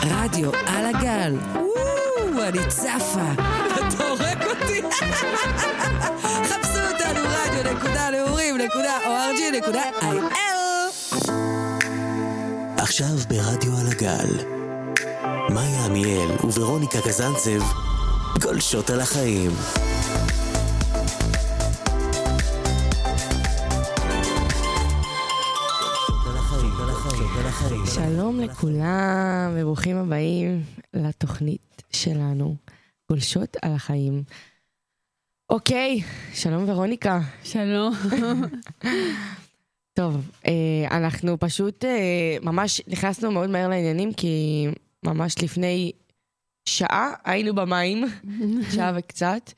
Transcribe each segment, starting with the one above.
רדיו על הגל. אני צפה. אתה הורג אותי. חפשו אותנו רדיו.נעורים.org.il. עכשיו ברדיו על הגל. מאיה עמיאל וורוניקה קזנצב גולשות על החיים. שלום לכולם וברוכים הבאים לתוכנית שלנו, גולשות על החיים. אוקיי, שלום ורוניקה. שלום. טוב, אנחנו פשוט ממש נכנסנו מאוד מהר לעניינים, כי ממש לפני שעה היינו במים, שעה וקצת.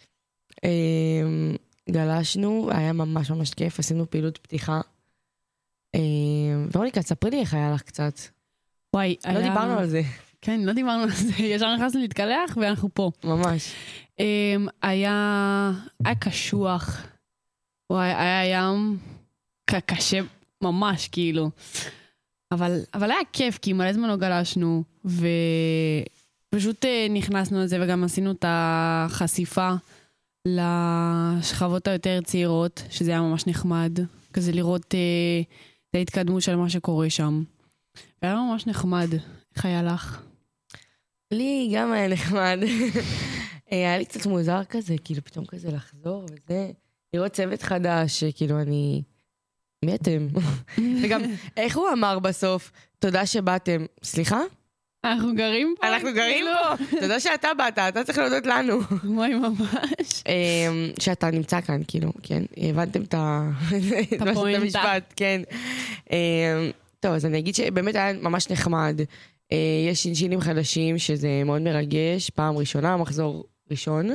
גלשנו, היה ממש ממש כיף, עשינו פעילות פתיחה. ורוניקה, ספרי לי איך היה לך קצת. וואי, לא דיברנו על זה. כן, לא דיברנו על זה. ישר נכנסנו להתקלח ואנחנו פה. ממש. היה קשוח. וואי, היה ים קשה ממש, כאילו. אבל היה כיף, כי מלא זמן לא גלשנו, ופשוט נכנסנו לזה, וגם עשינו את החשיפה לשכבות היותר צעירות, שזה היה ממש נחמד. כזה לראות את ההתקדמות של מה שקורה שם. והיה ממש נחמד. איך היה לך? לי גם היה נחמד. היה לי קצת מוזר כזה, כאילו פתאום כזה לחזור וזה. לראות צוות חדש, כאילו אני... מי אתם? וגם, איך הוא אמר בסוף? תודה שבאתם. סליחה? אנחנו גרים פה. אנחנו גרים פה. תודה שאתה באת, אתה צריך להודות לנו. וואי, ממש. שאתה נמצא כאן, כאילו, כן? הבנתם את המשפט, כן. טוב, אז אני אגיד שבאמת היה ממש נחמד. יש שינשינים חדשים, שזה מאוד מרגש, פעם ראשונה, מחזור ראשון.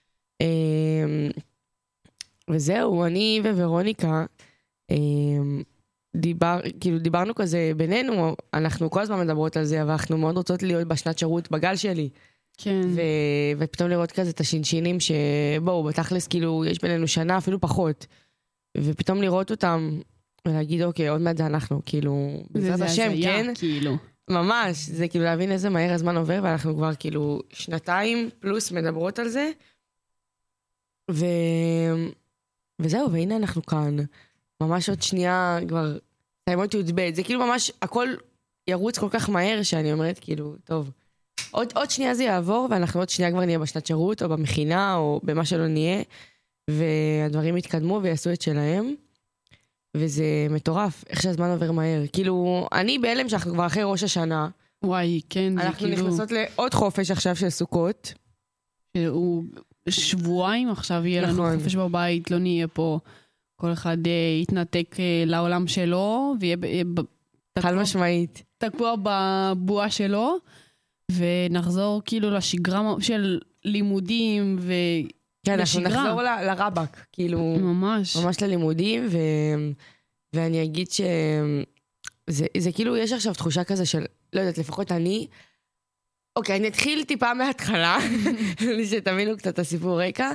וזהו, אני וורוניקה, דיברנו כזה בינינו, אנחנו כל הזמן מדברות על זה, אבל אנחנו מאוד רוצות להיות בשנת שירות בגל שלי. כן. ופתאום לראות כזה את השינשינים שבואו, בתכלס כאילו יש בינינו שנה, אפילו פחות. ופתאום לראות אותם ולהגיד, אוקיי, עוד מעט זה אנחנו, כאילו, בעזרת השם, כן? כאילו. ממש, זה כאילו להבין איזה מהר הזמן עובר, ואנחנו כבר כאילו שנתיים פלוס מדברות על זה. וזהו, והנה אנחנו כאן. ממש עוד שנייה כבר סיימות י"ב. זה כאילו ממש, הכל ירוץ כל כך מהר, שאני אומרת כאילו, טוב, עוד שנייה זה יעבור, ואנחנו עוד שנייה כבר נהיה בשנת שירות, או במכינה, או במה שלא נהיה, והדברים יתקדמו ויעשו את שלהם. וזה מטורף, איך שהזמן עובר מהר. כאילו, אני בהלם שאנחנו כבר אחרי ראש השנה. וואי, כן, זה אנחנו כאילו... נכנסות לעוד חופש עכשיו של סוכות. שהוא שבועיים עכשיו יהיה לנו חופש בבית, לא נהיה פה. כל אחד יתנתק לעולם שלו, ויהיה חד משמעית. תקוע בבועה שלו, ונחזור כאילו לשגרה של לימודים ולשגרה. כן, אנחנו נחזור לרבק, כאילו, ממש ללימודים, ואני אגיד שזה כאילו, יש עכשיו תחושה כזה של, לא יודעת, לפחות אוקיי, אני אתחיל טיפה מההתחלה, שתבינו קצת את הסיפור רקע.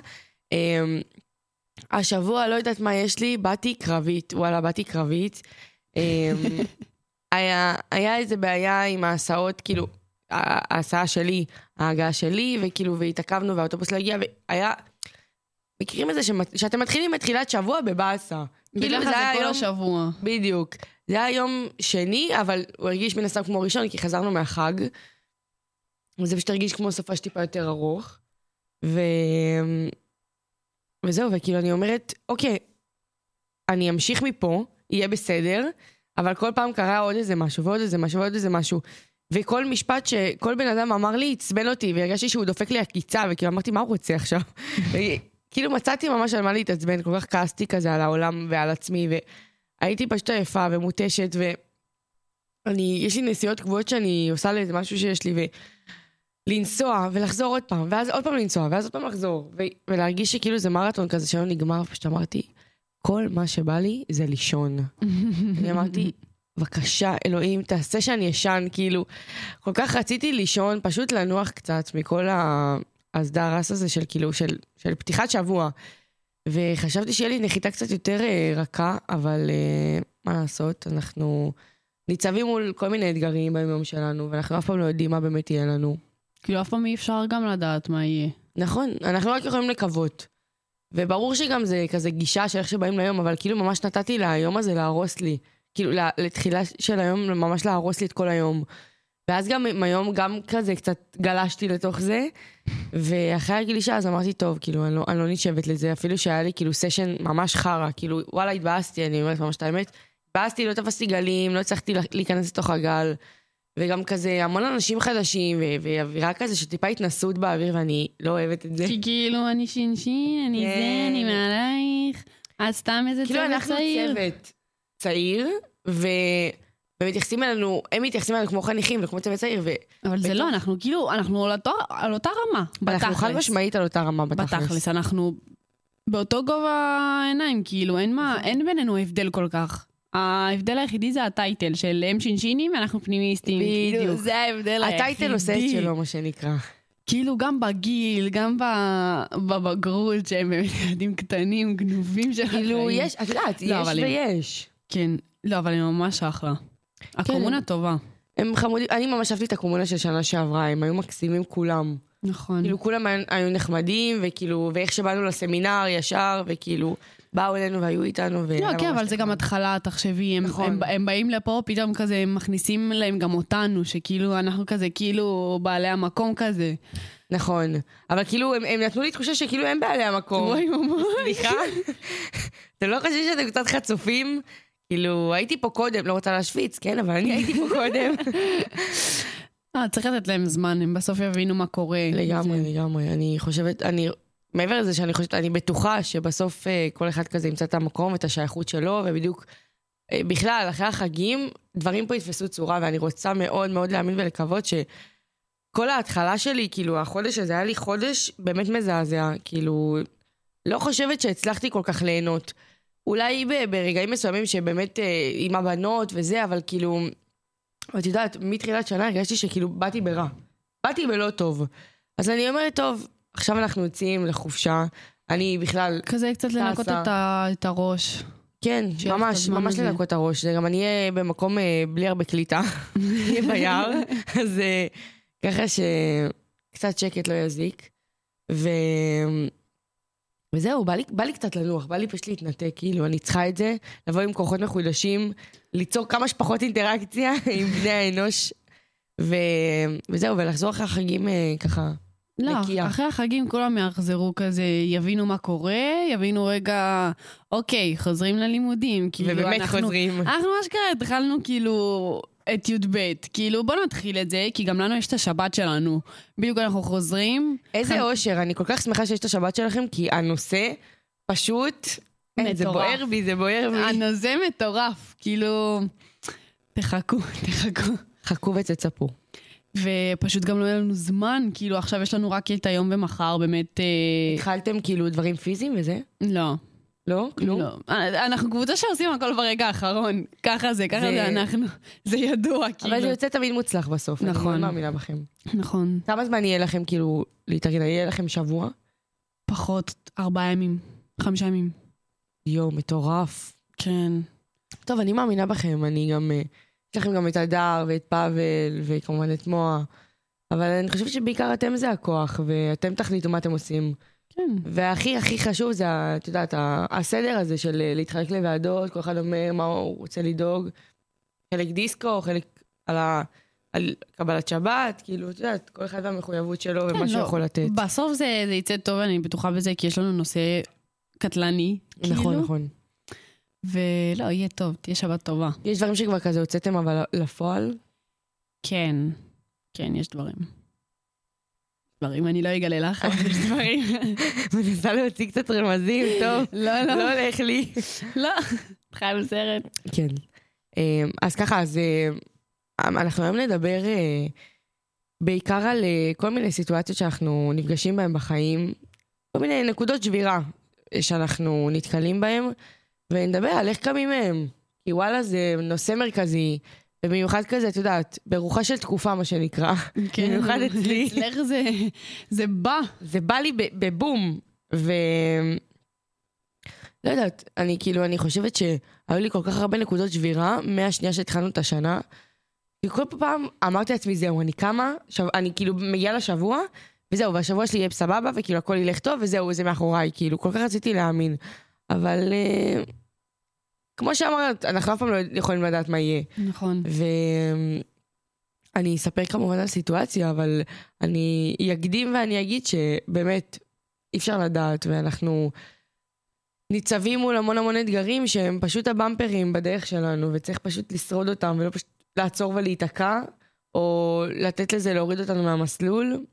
השבוע, לא יודעת מה יש לי, באתי קרבית. היה איזה בעיה עם ההסעות, כאילו, ההסעה שלי, ההגעה שלי, וכאילו, והתעכבנו והאוטובוס לא הגיע, והיה... מכירים את זה שאתם מתחילים מתחילת שבוע בבאסה. כאילו זה כל השבוע. בדיוק. זה היה יום שני, אבל הוא הרגיש מן הסתם כמו ראשון, כי חזרנו מהחג. וזה פשוט הרגיש כמו סופה שטיפה יותר ארוך. וזהו, וכאילו אני אומרת, אוקיי, אני אמשיך מפה, יהיה בסדר, אבל כל פעם קרה עוד איזה משהו, ועוד איזה משהו, ועוד איזה משהו. וכל משפט שכל בן אדם אמר לי, הצבן אותי, והרגשתי שהוא דופק לי הקיצה, וכאילו אמרתי, מה הוא רוצה עכשיו? כאילו מצאתי ממש על מה להתעצבן, כל כך כעסתי כזה על העולם ועל עצמי, והייתי פשוט עייפה ומותשת, יש לי נסיעות קבועות שאני עושה לאיזה משהו שיש לי, ולנסוע ולחזור עוד פעם, ואז עוד פעם לנסוע, ואז עוד פעם לחזור, ולהרגיש שכאילו זה מרתון כזה שלא נגמר, פשוט אמרתי, כל מה שבא לי זה לישון. אני אמרתי, בבקשה, אלוהים, תעשה שאני ישן, כאילו, כל כך רציתי לישון, פשוט לנוח קצת מכל הסדרס הזה של כאילו, של פתיחת שבוע. וחשבתי שיהיה לי נחיתה קצת יותר רכה, אבל מה לעשות, אנחנו ניצבים מול כל מיני אתגרים ביום שלנו, ואנחנו אף פעם לא יודעים מה באמת יהיה לנו. כאילו אף פעם אי אפשר גם לדעת מה יהיה. נכון, אנחנו רק יכולים לקוות. וברור שגם זה כזה גישה של איך שבאים ליום, אבל כאילו ממש נתתי ליום הזה להרוס לי. כאילו לתחילה של היום ממש להרוס לי את כל היום. ואז גם היום גם כזה קצת גלשתי לתוך זה, ואחרי הגלישה אז אמרתי, טוב, כאילו אני לא נשבת לזה, אפילו שהיה לי כאילו סשן ממש חרה, כאילו וואלה התבאסתי, אני אומרת ממש את האמת, התבאסתי, לא תפסתי גלים, לא הצלחתי להיכנס לתוך הגל, וגם כזה המון אנשים חדשים, ואווירה כזה שטיפה התנסות באוויר, ואני לא אוהבת את זה. כי כאילו אני שינשין, אני זה, אני מעלייך, אז סתם איזה צוות צעיר. כאילו אנחנו צוות צעיר, ומתייחסים אלינו, הם מתייחסים אלינו כמו חניכים וכמו צוות צעיר. אבל זה לא, אנחנו כאילו, אנחנו על אותה רמה. אנחנו חד משמעית על אותה רמה בתכלס. אנחנו באותו גובה עיניים, כאילו, אין בינינו הבדל כל כך. ההבדל היחידי זה הטייטל של הם שינשינים ואנחנו פנימיסטים. בדיוק. זה ההבדל היחידי. הטייטל עושה את שלו, מה שנקרא. כאילו גם בגיל, גם בבגרות, שהם באמת ילדים קטנים, גנובים של החיים. כאילו יש, את יודעת, יש ויש. כן, לא, אבל הם ממש אחלה. הקומונה טובה. הם חמודים, אני ממש אהבתי את הקומונה של שנה שעברה, הם היו מקסימים כולם. נכון. כאילו כולם היו נחמדים, וכאילו, ואיך שבאנו לסמינר ישר, וכאילו, באו אלינו והיו איתנו. לא, כן, אבל זה גם התחלה, תחשבי, הם באים לפה, פתאום כזה, הם מכניסים להם גם אותנו, שכאילו, אנחנו כזה, כאילו, בעלי המקום כזה. נכון, אבל כאילו, הם נתנו לי תחושה שכאילו הם בעלי המקום. וואי, ממש. סליחה? אתם לא חושבים שאתם קצת חצופים? כאילו, הייתי פה קודם, לא רוצה להשוויץ, כן, אבל אני הייתי פה קודם. צריך לתת להם זמן, הם בסוף יבינו מה קורה. לגמרי. אני חושבת, מעבר לזה שאני חושבת, אני בטוחה שבסוף כל אחד כזה ימצא את המקום ואת השייכות שלו, ובדיוק, בכלל, אחרי החגים, דברים פה יתפסו צורה, ואני רוצה מאוד מאוד להאמין ולקוות שכל ההתחלה שלי, כאילו, החודש הזה היה לי חודש באמת מזעזע, כאילו, לא חושבת שהצלחתי כל כך ליהנות. אולי ברגעים מסוימים שבאמת עם הבנות וזה, אבל כאילו, את יודעת, מתחילת שנה הרגשתי שכאילו באתי ברע. באתי בלא טוב. אז אני אומרת, טוב, עכשיו אנחנו יוצאים לחופשה, אני בכלל כזה קצת לנקות את הראש. כן, ממש לנקות את הראש. זה גם אני אהיה במקום בלי הרבה קליטה, אהיה ביער, אז ככה שקצת שקט לא יזיק. וזהו, בא לי קצת לנוח, בא לי פשוט להתנתק, כאילו, אני צריכה את זה, לבוא עם כוחות מחודשים, ליצור כמה שפחות אינטראקציה עם בני האנוש, וזהו, ולחזור אחרי החגים ככה נקייה. לא, אחרי החגים כולם יחזרו כזה, יבינו מה קורה, יבינו רגע, אוקיי, חוזרים ללימודים. ובאמת חוזרים. אנחנו אשכרה התחלנו כאילו את י"ב, כאילו בוא נתחיל את זה, כי גם לנו יש את השבת שלנו. בדיוק אנחנו חוזרים. איזה אושר, אני כל כך שמחה שיש את השבת שלכם, כי הנושא פשוט, זה בוער בי. הנושא מטורף, כאילו, תחכו. חכו ותצפו. ופשוט גם לא היה לנו זמן, כאילו עכשיו יש לנו רק את היום ומחר, באמת... התחלתם כאילו דברים פיזיים וזה? לא. לא? כלום? לא. אנחנו קבוצה שעושים הכל ברגע האחרון. ככה זה אנחנו. זה ידוע, כאילו. אבל זה יוצא תמיד מוצלח בסוף. נכון. אני מאוד מאמינה בכם. נכון. כמה זמן יהיה לכם כאילו להתארגן? יהיה לכם שבוע? פחות 4 ימים. 5 ימים. יו, מטורף. כן. טוב, אני מאמינה בכם. אני גם... יש לכם גם את הדר ואת פאבל וכמובן את מועה. אבל אני חושבת שבעיקר אתם זה הכוח, ואתם תחליטו מה אתם עושים. כן. והכי הכי חשוב זה, את יודעת, הסדר הזה של להתחלק לוועדות, כל אחד אומר מה הוא רוצה לדאוג. חלק דיסקו, חלק על קבלת שבת, כאילו, את יודעת, כל אחד והמחויבות שלו ומה שהוא יכול לתת. בסוף זה יצא טוב, אני בטוחה בזה, כי יש לנו נושא קטלני. נכון. ולא, יהיה טוב, תהיה שבת טובה. יש דברים שכבר כזה הוצאתם, אבל לפועל? כן, יש דברים. אני לא אגלה לך, אבל יש דברים. מנסה להוציא קצת רמזים, טוב. לא הולך לי. לא, התחלנו סרט. כן. אז ככה, אז אנחנו היום נדבר בעיקר על כל מיני סיטואציות שאנחנו נפגשים בהן בחיים, כל מיני נקודות שבירה שאנחנו נתקלים בהן, ונדבר על איך קמים מהם. כי וואלה זה נושא מרכזי, ובמיוחד כזה, את יודעת, ברוחה של תקופה, מה שנקרא. כן. במיוחד אצלי. אצלך זה בא. זה בא לי בבום. לא יודעת, אני חושבת שהיו לי כל כך הרבה נקודות שבירה, מהשנייה שהתחלנו את השנה, כי כל פעם אמרתי לעצמי, זהו, אני קמה, אני כאילו מגיעה לשבוע, וזהו, והשבוע שלי יהיה סבבה, וכאילו הכל ילך טוב, וזהו, זה מאחוריי, כאילו, כל כך רציתי להאמין. אבל כמו שאמרת, אנחנו אף פעם לא יכולים לדעת מה יהיה. נכון. ואני אספר כמובן על סיטואציה, אבל אני אקדים ואני אגיד שבאמת אי אפשר לדעת, ואנחנו ניצבים מול המון המון אתגרים שהם פשוט הבמפרים בדרך שלנו, וצריך פשוט לשרוד אותם, ולא פשוט לעצור ולהיתקע, או לתת לזה להוריד אותנו מהמסלול.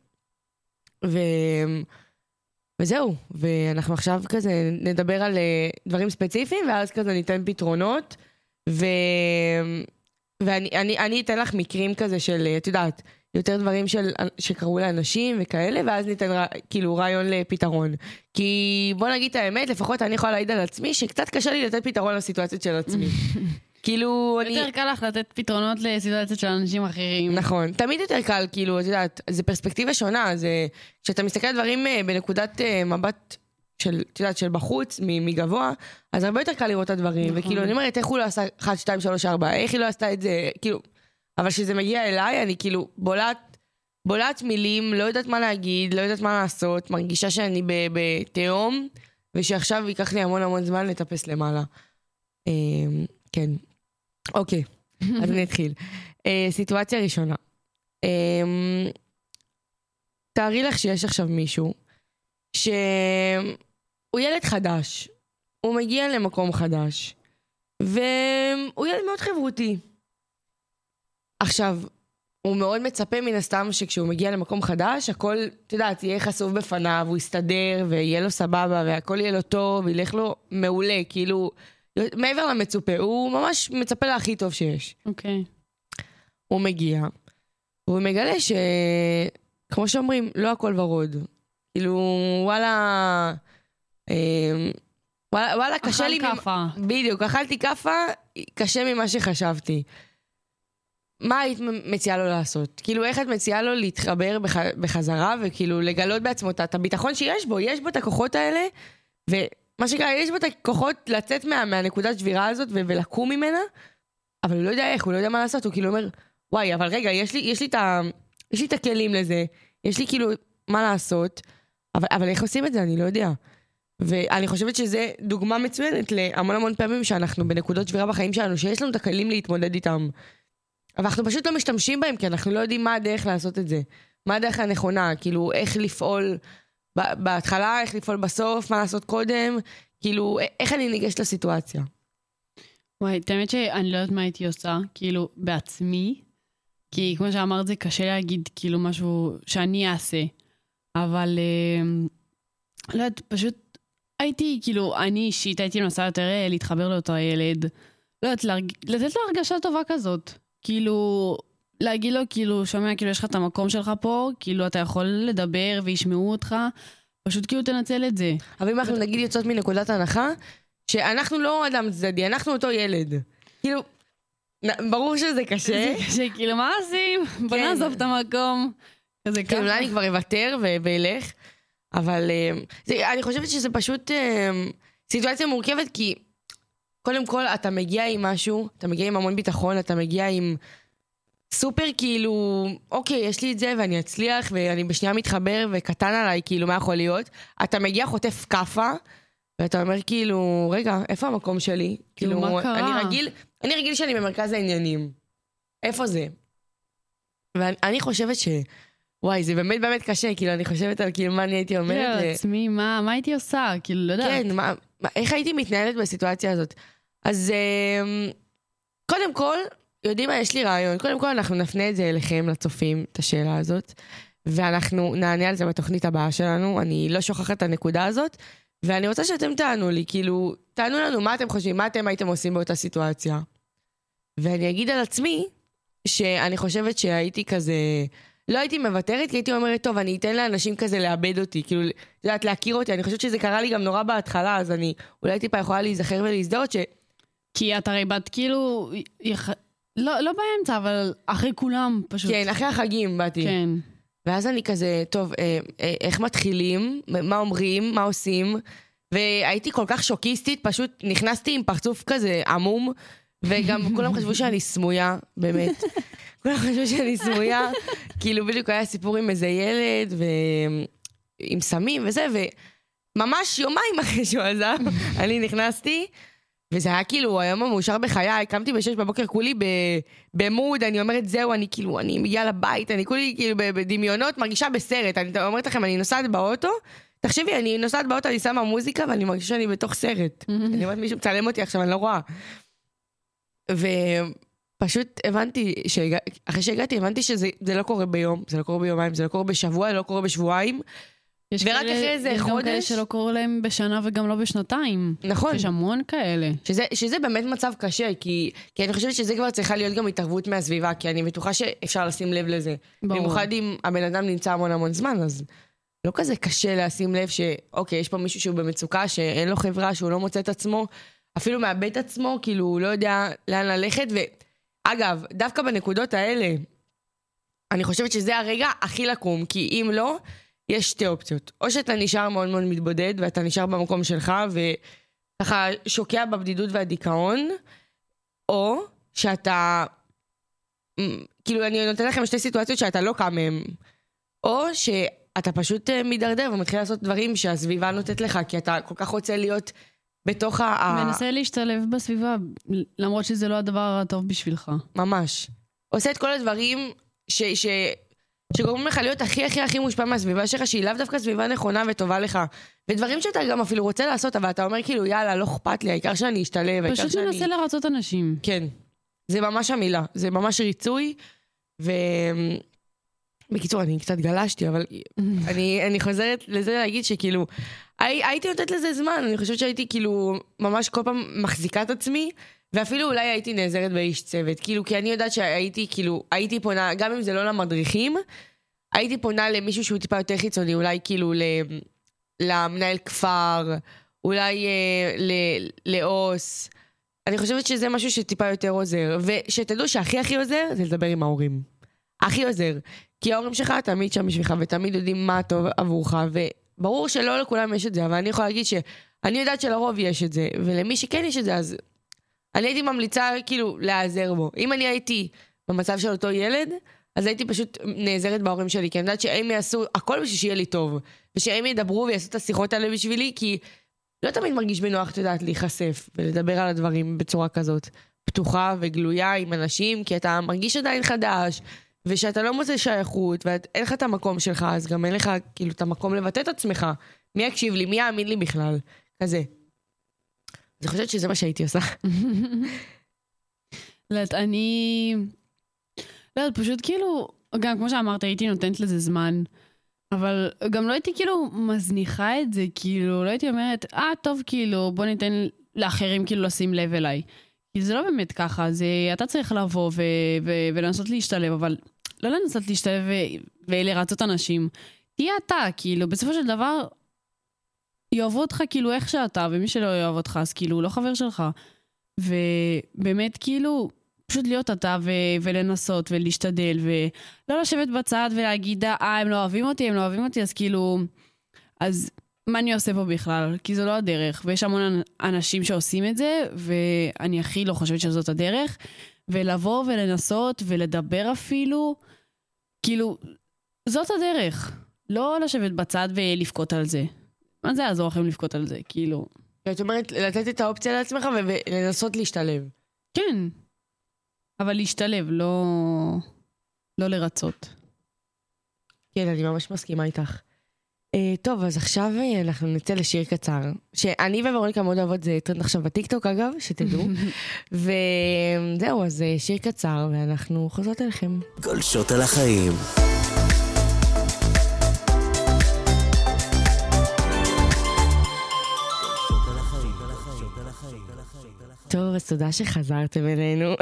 וזהו, ואנחנו עכשיו כזה נדבר על דברים ספציפיים, ואז כזה ניתן פתרונות, ואני אתן לך מקרים כזה של, את יודעת, יותר דברים שקראו לאנשים וכאלה, ואז ניתן כאילו רעיון לפתרון. כי בוא נגיד את האמת, לפחות אני יכולה להעיד על עצמי, שקצת קשה לי לתת פתרון לסיטואציות של עצמי. כאילו יותר קל לך לתת פתרונות לסיטואציות של אנשים אחרים. נכון, תמיד יותר קל, כאילו, את יודעת, זה פרספקטיבה שונה, זה, כשאתה מסתכל על דברים בנקודת מבט של, את יודעת, של בחוץ, מגבוה, אז הרבה יותר קל לראות את הדברים, וכאילו, אני אומרת, איך הוא לא עשה 1, 2, 3, 4, איך היא לא עשתה את זה, כאילו, אבל כשזה מגיע אליי, אני כאילו בולעת מילים, לא יודעת מה להגיד, לא יודעת מה לעשות, מרגישה שאני בתהום, ושעכשיו ייקח לי המון המון זמן לטפס למעלה. כן. אוקיי, אז אני אתחיל. סיטואציה ראשונה. תארי לך שיש עכשיו מישהו שהוא ילד חדש, הוא מגיע למקום חדש, והוא ילד מאוד חברותי. עכשיו, הוא מאוד מצפה מן הסתם שכשהוא מגיע למקום חדש, הכל, את יודעת, יהיה חשוף בפניו, הוא יסתדר, ויהיה לו סבבה, והכל יהיה לו טוב, וילך לו מעולה, כאילו, מעבר למצופה, הוא ממש מצפה להכי טוב שיש. אוקיי. הוא מגיע, והוא מגלה כמו שאומרים, לא הכל ורוד. כאילו, וואלה, קשה לי... אכל כפה. בדיוק, אכלתי כפה, קשה ממה שחשבתי. מה היית מציעה לו לעשות? כאילו, איך את מציעה לו להתחבר בחזרה, וכאילו, לגלות בעצמו את הביטחון שיש בו, יש בו את הכוחות האלה, ומה שקרה, יש בו את הכוחות לצאת מהנקודת שבירה הזאת, ולקום ממנה, אבל הוא לא יודע איך, הוא לא יודע מה לעשות, הוא כאילו אומר, וואי, אבל רגע, יש לי את הכלים לזה, יש לי כאילו מה לעשות, אבל איך עושים את זה? אני לא יודע. ואני חושבת שזה דוגמה מצוינת להמון המון פעמים שאנחנו בנקודות שבירה בחיים שלנו, שיש לנו את הכלים להתמודד איתם. אבל אנחנו פשוט לא משתמשים בהם, כי אנחנו לא יודעים מה הדרך לעשות את זה. מה הדרך הנכונה, כאילו איך לפעול בהתחלה, איך לפעול בסוף, מה לעשות קודם, כאילו איך אני ניגשת לסיטואציה. וואי, האמת שאני לא יודעת מה הייתי עושה, כאילו בעצמי, כי כמו שאמרת זה קשה להגיד כאילו משהו שאני אעשה, אבל לא יודעת, פשוט הייתי כאילו, אני אישית הייתי מנסה יותר להתחבר לאותו ילד, לא יודעת, לתת לו הרגשה טובה כזאת, כאילו להגיד לו כאילו, שומע, כאילו יש לך את המקום שלך פה, כאילו אתה יכול לדבר וישמעו אותך, פשוט כאילו תנצל את זה. אבל אם אנחנו נגיד יוצאות מנקודת הנחה, שאנחנו לא אדם צדדי, אנחנו אותו ילד. כאילו, ברור שזה קשה. זה קשה, כאילו מה עושים? בוא נעזוב את המקום. כזה ככה. אולי אני כבר אוותר ואלך, אבל אני חושבת שזה פשוט סיטואציה מורכבת, כי קודם כל אתה מגיע עם משהו, אתה מגיע עם המון ביטחון, אתה מגיע עם סופר כאילו, אוקיי, יש לי את זה ואני אצליח ואני בשנייה מתחבר וקטן עליי, כאילו מה יכול להיות? אתה מגיע חוטף כפה, ואתה אומר כאילו, רגע, איפה המקום שלי? כאילו, מה קרה? אני רגיל שאני במרכז העניינים. איפה זה? ואני חושבת וואי, זה באמת באמת קשה, כאילו, אני חושבת על כאילו מה אני הייתי אומרת. לעצמי, מה הייתי עושה? כאילו, לא יודעת. כן, איך הייתי מתנהלת בסיטואציה הזאת? אז קודם כל, יודעים מה, יש לי רעיון. קודם כל, אנחנו נפנה את זה אליכם, לצופים, את השאלה הזאת, ואנחנו נענה על זה בתוכנית הבאה שלנו. אני לא שוכחת את הנקודה הזאת, ואני רוצה שאתם תענו לי, כאילו, תענו לנו מה אתם חושבים, מה אתם הייתם עושים באותה סיטואציה. ואני אגיד על עצמי, שאני חושבת שהייתי כזה, לא הייתי מוותרת, כי הייתי אומרת, טוב, אני אתן לאנשים כזה לאבד אותי, כאילו, יודעת, להכיר אותי, אני חושבת שזה קרה לי גם נורא בהתחלה, אז אני אולי טיפה יכולה להיזכר ולהזדהות כי את הרי בת כאילו, לא באמצע, אבל אחרי כולם פשוט. כן, אחרי החגים באתי. כן. ואז אני כזה, טוב, איך מתחילים, מה אומרים, מה עושים, והייתי כל כך שוקיסטית, פשוט נכנסתי עם פרצוף כזה עמום, וגם כולם חשבו שאני סמויה, באמת. כולם חשבו שאני סמויה, כאילו בדיוק היה סיפור עם איזה ילד, ועם סמים וזה, וממש יומיים אחרי שהוא עזב, אני נכנסתי, וזה היה כאילו היום המאושר בחיי, קמתי ב6 בבוקר כולי במוד, אני אומרת זהו, אני כאילו, אני מגיעה לבית, אני כולי כאילו בדמיונות, מרגישה בסרט, אני אומרת לכם, אני נוסעת באוטו, תחשבי, אני נוסעת באוטו, אני שמה מוזיקה, ואני מרגישה שאני בתוך סרט. אני אומרת, מישהו מצלם אותי עכשיו, אני לא רואה. ופשוט הבנתי, אחרי שהגעתי, הבנתי שזה לא קורה ביום, זה לא קורה ביומיים, זה לא קורה בשבוע, זה לא קורה בשבועיים. ורק אחרי איזה חודש... יש גם כאלה שלא קורה להם בשנה וגם לא בשנתיים. נכון. יש המון כאלה. שזה באמת מצב קשה, כי אני חושבת שזה כבר צריכה להיות גם התערבות מהסביבה, כי אני בטוחה שאפשר לשים לב לזה. במיוחד אם הבן אדם נמצא המון זמן, אז לא כזה קשה לשים לב שאוקיי, יש פה מישהו שהוא במצוקה, שאין לו חברה, שהוא לא מוצא את עצמו, אפילו מאבד את עצמו, כאילו הוא לא יודע לאן ללכת, ואגב, דווקא בנקודות האלה, אני חושבת שזה הרגע הכי לקום, כי אם לא, יש שתי אופציות. או שאתה נשאר מאוד מתבודד, ואתה נשאר במקום שלך, וככה שוקע בבדידות והדיכאון, או שאתה, כאילו אני נותן לכם שתי סיטואציות שאתה לא קם מהם, או שאתה פשוט מדרדר ומתחיל לעשות דברים שהסביבה נותנת לך, כי אתה כל כך רוצה להיות בתוך מנסה להשתלב בסביבה, למרות שזה לא הדבר הטוב בשבילך. ממש. עושה את כל הדברים שגורמים לך להיות הכי מושפע מהסביבה שלך, שהיא לאו דווקא סביבה נכונה וטובה לך. ודברים שאתה גם אפילו רוצה לעשות, אבל אתה אומר כאילו, יאללה, לא אכפת לי, העיקר שאני אשתלב, פשוט מנסה לרצות אנשים. כן. זה ממש המילה. זה ממש ריצוי. בקיצור, אני קצת גלשתי, אבל אני חוזרת לזה להגיד שכאילו, הייתי נותנת לזה זמן, אני חושבת שהייתי כאילו ממש כל פעם מחזיקה את עצמי, ואפילו אולי הייתי נעזרת באיש צוות, כאילו, כי אני יודעת שהייתי כאילו, הייתי פונה, גם אם זה לא למדריכים, הייתי פונה למישהו שהוא טיפה יותר חיצוני, אולי כאילו למנהל כפר, אולי לאוס, אני חושבת שזה משהו שטיפה יותר עוזר, ושתדעו שהכי עוזר זה לדבר עם ההורים. הכי עוזר. כי ההורים שלך תמיד שם בשבילך, ותמיד יודעים מה טוב עבורך, וברור שלא לכולם יש את זה, אבל אני יכולה להגיד שאני יודעת שלרוב יש את זה, ולמי שכן יש את זה, אז אני הייתי ממליצה כאילו להיעזר בו. אם אני הייתי במצב של אותו ילד, אז הייתי פשוט נעזרת בהורים שלי, כי אני יודעת שהם יעשו הכל בשביל שיהיה לי טוב, ושהם ידברו ויעשו את השיחות האלה בשבילי, כי לא תמיד מרגיש בנוח, תדעת, להיחשף ולדבר על הדברים בצורה כזאת, פתוחה וגלויה עם אנשים, כי אתה מרגיש עדיין חדש, ושאתה לא מוצא שייכות, ואין לך את המקום שלך, אז גם אין לך כאילו את המקום לבטא את עצמך. מי יקשיב לי? מי יאמין לי בכלל? כזה. אני חושבת שזה מה שהייתי עושה. אני... לא, פשוט כאילו, גם כמו שאמרת, הייתי נותנת לזה זמן, אבל גם לא הייתי כאילו מזניחה את זה, כאילו, לא הייתי אומרת, טוב, כאילו, בוא ניתן לאחרים כאילו לשים לב אליי. כי זה לא באמת ככה, זה, אתה צריך לבוא ולנסות להשתלב, אבל לא לנסות להשתלב ולרצות אנשים. תהיה אתה, כאילו, בסופו של דבר, יאהבו אותך כאילו איך שאתה, ומי שלא יאהב אותך, אז כאילו, הוא לא חבר שלך. ובאמת, כאילו, פשוט להיות אתה ולנסות ולהשתדל, ולא לשבת בצד ולהגיד, הם לא אוהבים אותי, אז כאילו, אז מה אני עושה פה בכלל? כי זו לא הדרך, ויש המון אנשים שעושים את זה, ואני הכי לא חושבת שזאת הדרך, ולבוא ולנסות ולדבר אפילו, כאילו, זאת הדרך. לא לשבת בצד ולפקוט על זה. מה זה יעזור לכם לפקוט על זה? כאילו... זאת אומרת, לתת את האופציה לעצמך ולנסות להשתלב. כן. אבל להשתלב, לא לרצות. כן, אני ממש מסכימה איתך. טוב, אז עכשיו אנחנו נצא לשיר קצר, שאני וורוניקה מאוד אוהבות, זה טרנד עכשיו בטיקטוק אגב, שתדעו. וזהו, אז שיר קצר, ואנחנו חוזרות אליכם. גולשות על החיים. טוב, אז תודה שחזרתם אלינו.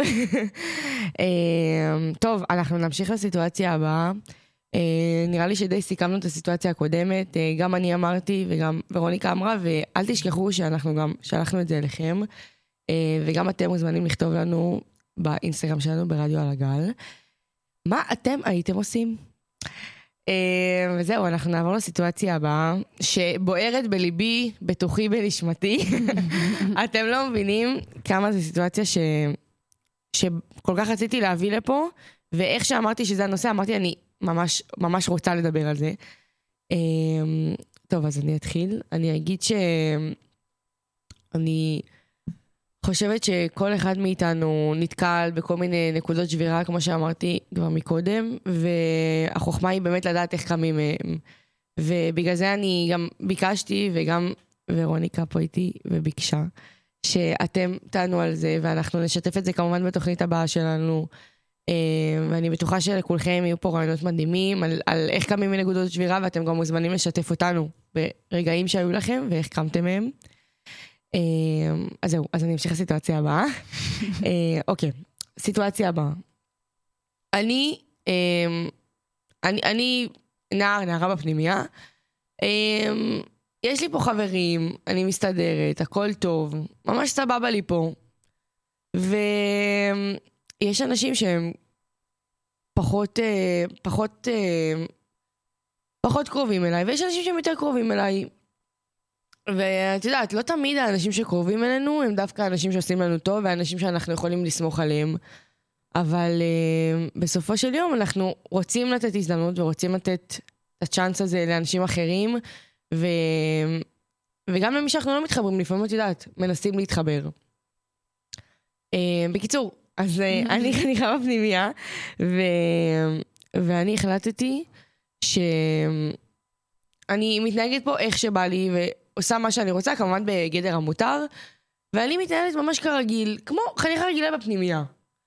טוב, אנחנו נמשיך לסיטואציה הבאה. נראה לי שדי סיכמנו את הסיטואציה הקודמת, גם אני אמרתי וגם ורוניקה אמרה, ואל תשכחו שאנחנו גם שלחנו את זה אליכם, וגם אתם מוזמנים לכתוב לנו באינסטגרם שלנו ברדיו על הגל. מה אתם הייתם עושים? וזהו, אנחנו נעבור לסיטואציה הבאה, שבוערת בליבי, בתוכי בנשמתי. אתם לא מבינים כמה זו סיטואציה שכל כך רציתי להביא לפה, ואיך שאמרתי שזה הנושא, אמרתי, אני ממש רוצה לדבר על זה. טוב, אז אני אתחיל. אני אגיד שאני חושבת שכל אחד מאיתנו נתקל בכל מיני נקודות שבירה, כמו שאמרתי כבר מקודם, והחוכמה היא באמת לדעת איך קמים מהם. ובגלל זה אני גם ביקשתי, וגם ורוניקה פה איתי וביקשה, שאתם תענו על זה, ואנחנו נשתף את זה כמובן בתוכנית הבאה שלנו, ואני בטוחה שלכולכם יהיו פה רעיונות מדהימים על איך קמים מנקודות שבירה, ואתם גם מוזמנים לשתף אותנו ברגעים שהיו לכם ואיך קמתם מהם. אז זהו, אז אני אמשיך לסיטואציה הבאה. אוקיי, סיטואציה הבאה. אני נערה בפנימיה. יש לי פה חברים, אני מסתדרת, הכל טוב, ממש סבבה לי פה. ויש אנשים שהם פחות קרובים אליי, ויש אנשים שהם יותר קרובים אליי. ואת יודעת, לא תמיד האנשים שקרובים אלינו הם דווקא האנשים שעושים לנו טוב, והאנשים שאנחנו יכולים לסמוך עליהם. אבל בסופו של יום אנחנו רוצים לתת הזדמנות, ורוצים לתת את הצ'אנס הזה לאנשים אחרים, וגם למי שאנחנו לא מתחברים, לפעמים את יודעת, מנסים להתחבר. בקיצור, אז אני חניכה בפנימיה, ואני החלטתי שאני מתנהגת פה איך שבא לי, ועושה מה שאני רוצה, כמובן בגדר המותר, ואני מתנהלת ממש כרגיל, כמו חניכה רגילה בפנימיה.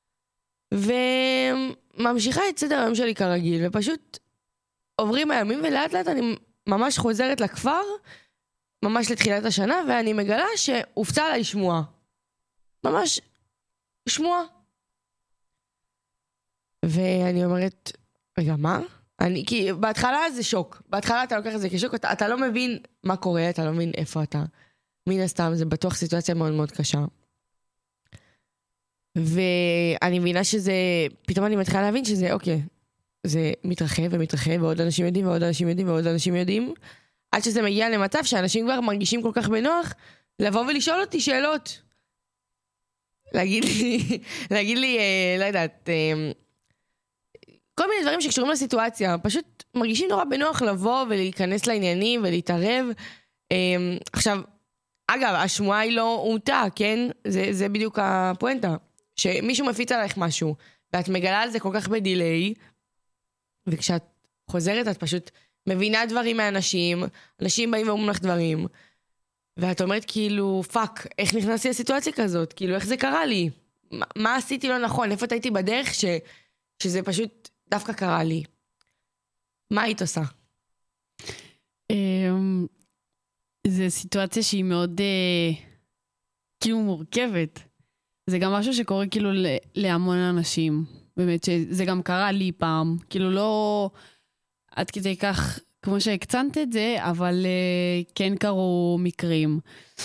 וממשיכה את סדר היום שלי כרגיל, ופשוט עוברים הימים, ולאט לאט אני ממש חוזרת לכפר, ממש לתחילת השנה, ואני מגלה שהופצה עליי שמועה. ממש שמועה. ואני אומרת, רגע, מה? כי בהתחלה זה שוק. בהתחלה אתה לוקח את זה כשוק, אתה לא מבין מה קורה, אתה לא מבין איפה אתה. מן הסתם, זה בטוח סיטואציה מאוד מאוד קשה. ואני מבינה שזה, פתאום אני מתחילה להבין שזה, אוקיי, זה מתרחב ומתרחב, ועוד אנשים יודעים, ועוד אנשים יודעים, ועוד אנשים יודעים, עד שזה מגיע למצב שאנשים כבר מרגישים כל כך בנוח, לבוא ולשאול אותי שאלות. להגיד לי, לא יודעת, כל מיני דברים שקשורים לסיטואציה, פשוט מרגישים נורא בנוח לבוא ולהיכנס לעניינים ולהתערב. עכשיו, אגב, השמועה היא לא אומתה, כן? זה בדיוק הפואנטה. שמישהו מפיץ עלייך משהו, ואת מגלה על זה כל כך בדיליי, וכשאת חוזרת את פשוט מבינה דברים מאנשים, אנשים באים ואומרים לך דברים, ואת אומרת כאילו, פאק, איך נכנסתי לסיטואציה כזאת? כאילו, איך זה קרה לי? מה עשיתי לא נכון? איפה הייתי בדרך שזה פשוט דווקא קרה לי? מה היית עושה? זו סיטואציה שהיא מאוד כאילו מורכבת. זה גם משהו שקורה כאילו להמון אנשים. באמת שזה גם קרה לי פעם. כאילו לא עד כדי כך כמו שהקצנת את זה, אבל כן קרו מקרים.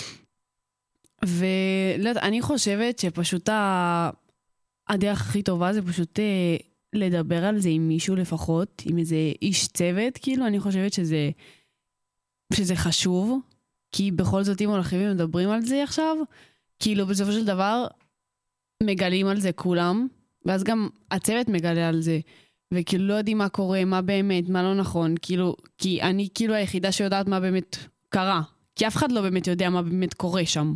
ולא יודעת, אני חושבת שפשוט הדרך הכי טובה זה פשוט לדבר על זה עם מישהו לפחות, עם איזה איש צוות, כאילו אני חושבת שזה חשוב, כי בכל זאת אם הולכים ומדברים על זה עכשיו, כאילו בסופו של דבר מגלים על זה כולם, ואז גם הצוות מגלה על זה, וכאילו לא יודעים מה קורה, מה באמת, מה לא נכון, כאילו, כי אני כאילו היחידה שיודעת מה באמת קרה, כי אף אחד לא באמת יודע מה באמת קורה שם.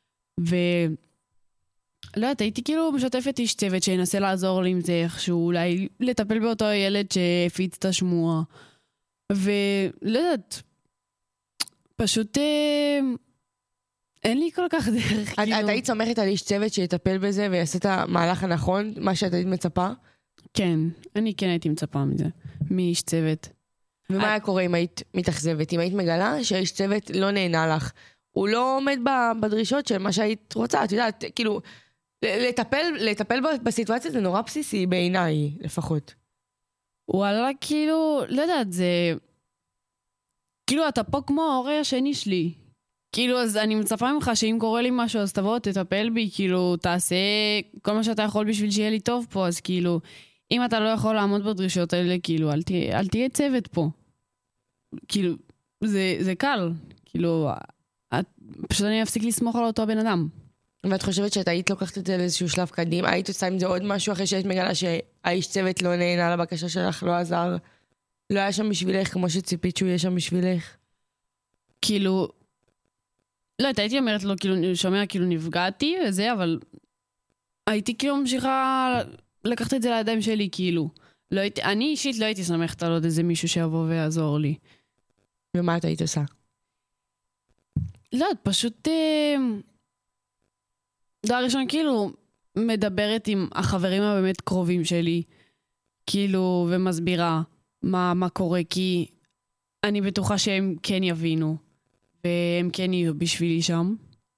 לא יודעת, הייתי כאילו משתפת איש צוות שינסה לעזור לי עם זה איכשהו, אולי לטפל באותו ילד שהפיץ את השמועה. ולא יודעת, פשוט אין לי כל כך דרך. את היית סומכת על איש צוות שיטפל בזה ויעשה את המהלך הנכון, מה שאת היית מצפה? כן, אני כן הייתי מצפה מזה, מאיש צוות. ומה היה קורה אם היית מתאכזבת? אם היית מגלה שהאיש צוות לא נהנה לך, הוא לא עומד בדרישות של מה שהיית רוצה, את יודעת, כאילו, לטפל בסיטואציה זה נורא בסיסי בעיניי, לפחות. וואלה, כאילו, לא יודעת, זה... כאילו, אתה פה כמו ההורה השני שלי. כאילו, אז אני מצפה ממך שאם קורה לי משהו, אז תבוא, תטפל בי, כאילו, תעשה כל מה שאתה יכול בשביל שיהיה לי טוב פה, אז כאילו, אם אתה לא יכול לעמוד בדרישות האלה, כאילו, אל תהיה צוות פה. כאילו, זה קל. כאילו, פשוט אני אפסיק לסמוך על אותו הבן אדם. ואת חושבת שאת היית לוקחת את זה לאיזשהו שלב קדים? היית עושה עם זה עוד משהו אחרי שהיית מגלה שהאיש צוות לא נהנה לבקשה שלך, לא עזר, לא היה שם בשבילך כמו שציפית שהוא יהיה שם בשבילך? כאילו, לא, הייתי אומרת לו, כאילו, שומע, כאילו נפגעתי וזה, אבל הייתי כאילו ממשיכה לקחת את זה לידיים שלי, כאילו. אני אישית לא הייתי שמחת על עוד איזה מישהו שיבוא ויעזור לי. ומה את היית עושה? לא, פשוט... דבר ראשון, כאילו, מדברת עם החברים הבאמת קרובים שלי, כאילו, ומסבירה מה קורה, כי אני בטוחה שהם כן יבינו, והם כן יהיו בשבילי שם.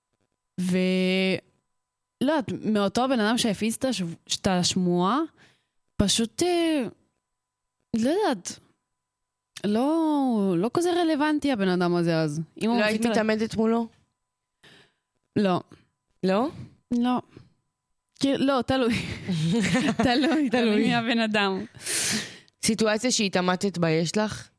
לא, מאותו בן אדם שהפיץ את השמועה, פשוט, לא יודעת, לא כזה רלוונטי הבן אדם הזה אז. לא היית מתעמדת מולו? לא. לא? לא. לא, תלוי. תלוי מהבן אדם. סיטואציה שהתעמתת בה יש לך?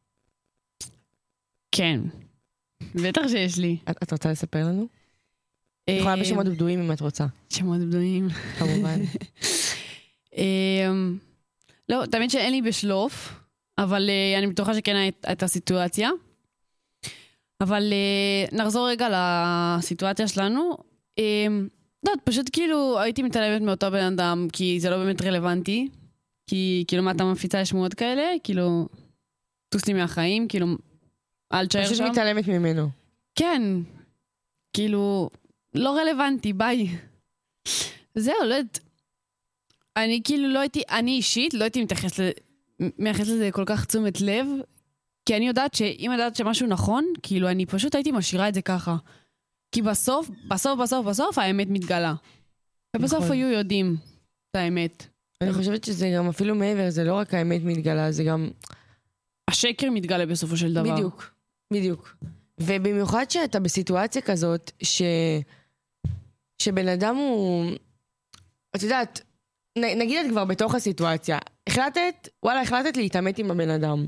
כן. בטח שיש לי. את רוצה לספר לנו? יכולה בשמות בדויים אם את רוצה. שמות בדויים. כמובן. לא, תמיד שאין לי בשלוף, אבל אני בטוחה שכן הייתה סיטואציה. אבל נחזור רגע לסיטואציה שלנו. לא, פשוט כאילו הייתי מתעלמת מאותו בן אדם, כי זה לא באמת רלוונטי. כי כאילו מה אתה מפיצה שמועות כאלה? כאילו, תוס לי מהחיים, כאילו, אל תשאר שם. פשוט מתעלמת ממנו. כן. כאילו, לא רלוונטי, ביי. זהו, לא יודעת. אני כאילו לא הייתי, אני אישית לא הייתי מייחס לזה כל כך תשומת לב, כי אני יודעת שאם יודעת שמשהו נכון, כאילו אני פשוט הייתי משאירה את זה ככה. כי בסוף האמת מתגלה. ובסוף היו יודעים את האמת. אני חושבת שזה גם אפילו מעבר, זה לא רק האמת מתגלה, זה גם... השקר מתגלה בסופו של דבר. בדיוק. ובמיוחד שאתה בסיטואציה כזאת, שבן אדם הוא... את יודעת, נגיד את כבר בתוך הסיטואציה, החלטת להתאמת עם הבן אדם.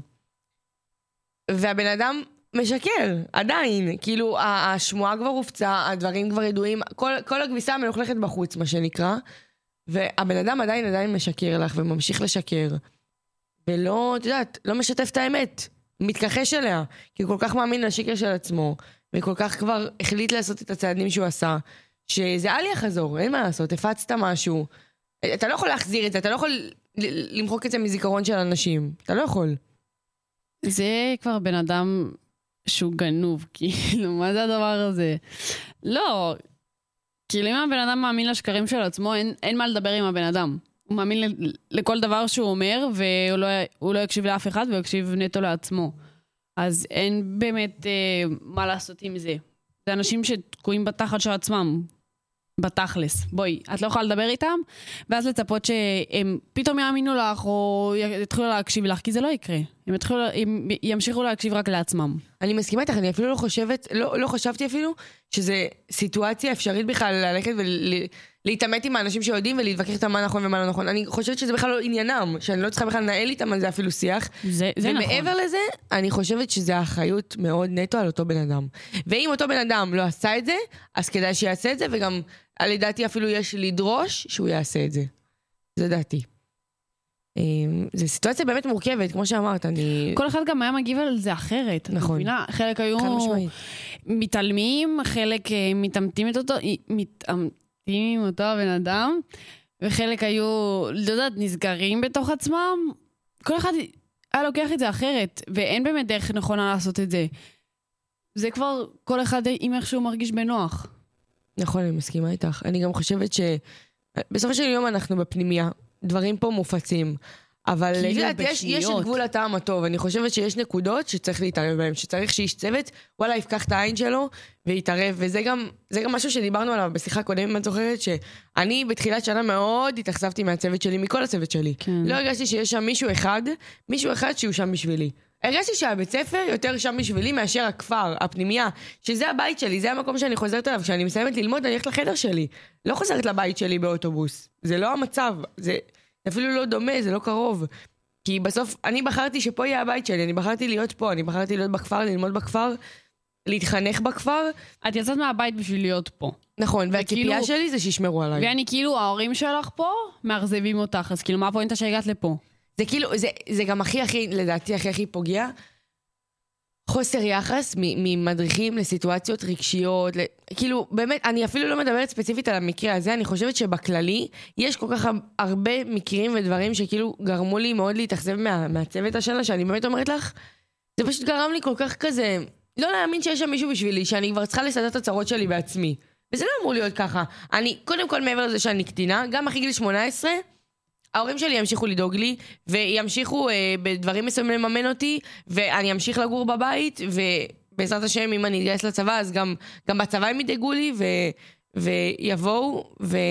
והבן אדם משקר, עדיין. כאילו, השמועה כבר הופצה, הדברים כבר ידועים, כל הכביסה מלוכלכת בחוץ, מה שנקרא. והבן אדם עדיין משקר לך וממשיך לשקר. ולא, את יודעת, לא משתף את האמת. מתכחש אליה. כי הוא כל כך מאמין לשקר של עצמו. וכל כך כבר החליט לעשות את הצעדים שהוא עשה. שזה אל יחזור, אין מה לעשות, הפצת משהו. אתה לא יכול להחזיר את זה, אתה לא יכול למחוק את זה מזיכרון של אנשים. אתה לא יכול. זה כבר בן אדם שהוא גנוב, כאילו, מה זה הדבר הזה? לא, כאילו אם הבן אדם מאמין לשקרים של עצמו, אין מה לדבר עם הבן אדם. הוא מאמין לכל דבר שהוא אומר, והוא לא יקשיב לאף אחד, והוא יקשיב נטו לעצמו. אז אין באמת מה לעשות עם זה. זה אנשים שתקועים בתחת של עצמם. בתכלס. בואי, את לא יכולה לדבר איתם, ואז לצפות שהם פתאום יאמינו לך, או יתחילו להקשיב לך, כי זה לא יקרה. הם ימשיכו להקשיב רק לעצמם. אני מסכימה איתך, אני אפילו לא חושבת, לא חשבתי אפילו, שזה סיטואציה אפשרית בכלל ללכת ולהתאמת עם האנשים שיודעים, ולהתווכח איתם מה נכון ומה לא נכון. אני חושבת שזה בכלל לא עניינם, שאני לא צריכה בכלל לנהל איתם על זה אפילו שיח. זה נכון. ומעבר לזה, אני חושבת שזה האחריות מאוד נטו על אותו בן אדם. ואם אותו בן אדם לא עשה את זה, אז כדאי שיעשה את זה, וגם על דעתי אפילו יש לדרוש שהוא יעשה את זה. זה דעתי. זו סיטואציה באמת מורכבת, כמו שאמרת, כל אחד גם היה מגיב על זה אחרת. נכון. מבינה? חלק היו מתעלמים, חלק מתעמתים עם אותו הבן אדם, וחלק היו, לא יודעת, נסגרים בתוך עצמם. כל אחד היה לוקח את זה אחרת, ואין באמת דרך נכונה לעשות את זה. זה כבר כל אחד עם איך שהוא מרגיש בנוח. נכון, אני מסכימה איתך. אני גם חושבת שבסופו של יום אנחנו בפנימיה, דברים פה מופצים, אבל יש את גבול הטעם הטוב. אני חושבת שיש נקודות שצריך להתערב בהם, שצריך שאיש צוות, וואלה, יפקח את העין שלו ויתערב, וזה גם משהו שדיברנו עליו בשיחה קודם, אם את זוכרת, שאני בתחילת שנה מאוד התאכזבתי מהצוות שלי, מכל הצוות שלי. כן. לא הרגשתי שיש שם מישהו אחד שהוא שם בשבילי. הרגשתי שהבית ספר יותר שם בשבילי מאשר הכפר, הפנימיה, שזה הבית שלי, זה המקום שאני חוזרת אליו. כשאני מסיימת ללמוד, אני הולכת לחדר שלי. לא חוזרת לבית שלי באוטובוס. זה לא המצב. זה אפילו לא דומה, זה לא קרוב. כי בסוף, אני בחרתי שפה יהיה הבית שלי, אני בחרתי להיות פה, אני בחרתי להיות בכפר, ללמוד בכפר, להתחנך בכפר. את יצאת מהבית בשביל להיות פה. נכון, והציפייה שלי זה שישמרו עליי. ואני כאילו, ההורים שלך פה מאכזבים אותך, אז כאילו, מה הפואנטה שהגעת לפה? זה כאילו, זה גם הכי, לדעתי, הכי פוגע. חוסר יחס ממדריכים לסיטואציות רגשיות, כאילו, באמת, אני אפילו לא מדברת ספציפית על המקרה הזה, אני חושבת שבכללי, יש כל כך הרבה מקרים ודברים שכאילו גרמו לי מאוד להתאכזב מהצוות השנה, שאני באמת אומרת לך, זה פשוט גרם לי כל כך כזה, לא להאמין שיש שם מישהו בשבילי, שאני כבר צריכה לסדר את הצרות שלי בעצמי. וזה לא אמור להיות ככה. אני, קודם כל מעבר לזה שאני קטינה, גם אחרי גיל 18, ההורים שלי ימשיכו לדאוג לי, וימשיכו בדברים מסוימים לממן אותי, ואני אמשיך לגור בבית, ובעזרת השם, אם אני אתגייס לצבא, אז גם בצבא הם ידאגו לי, ויבואו,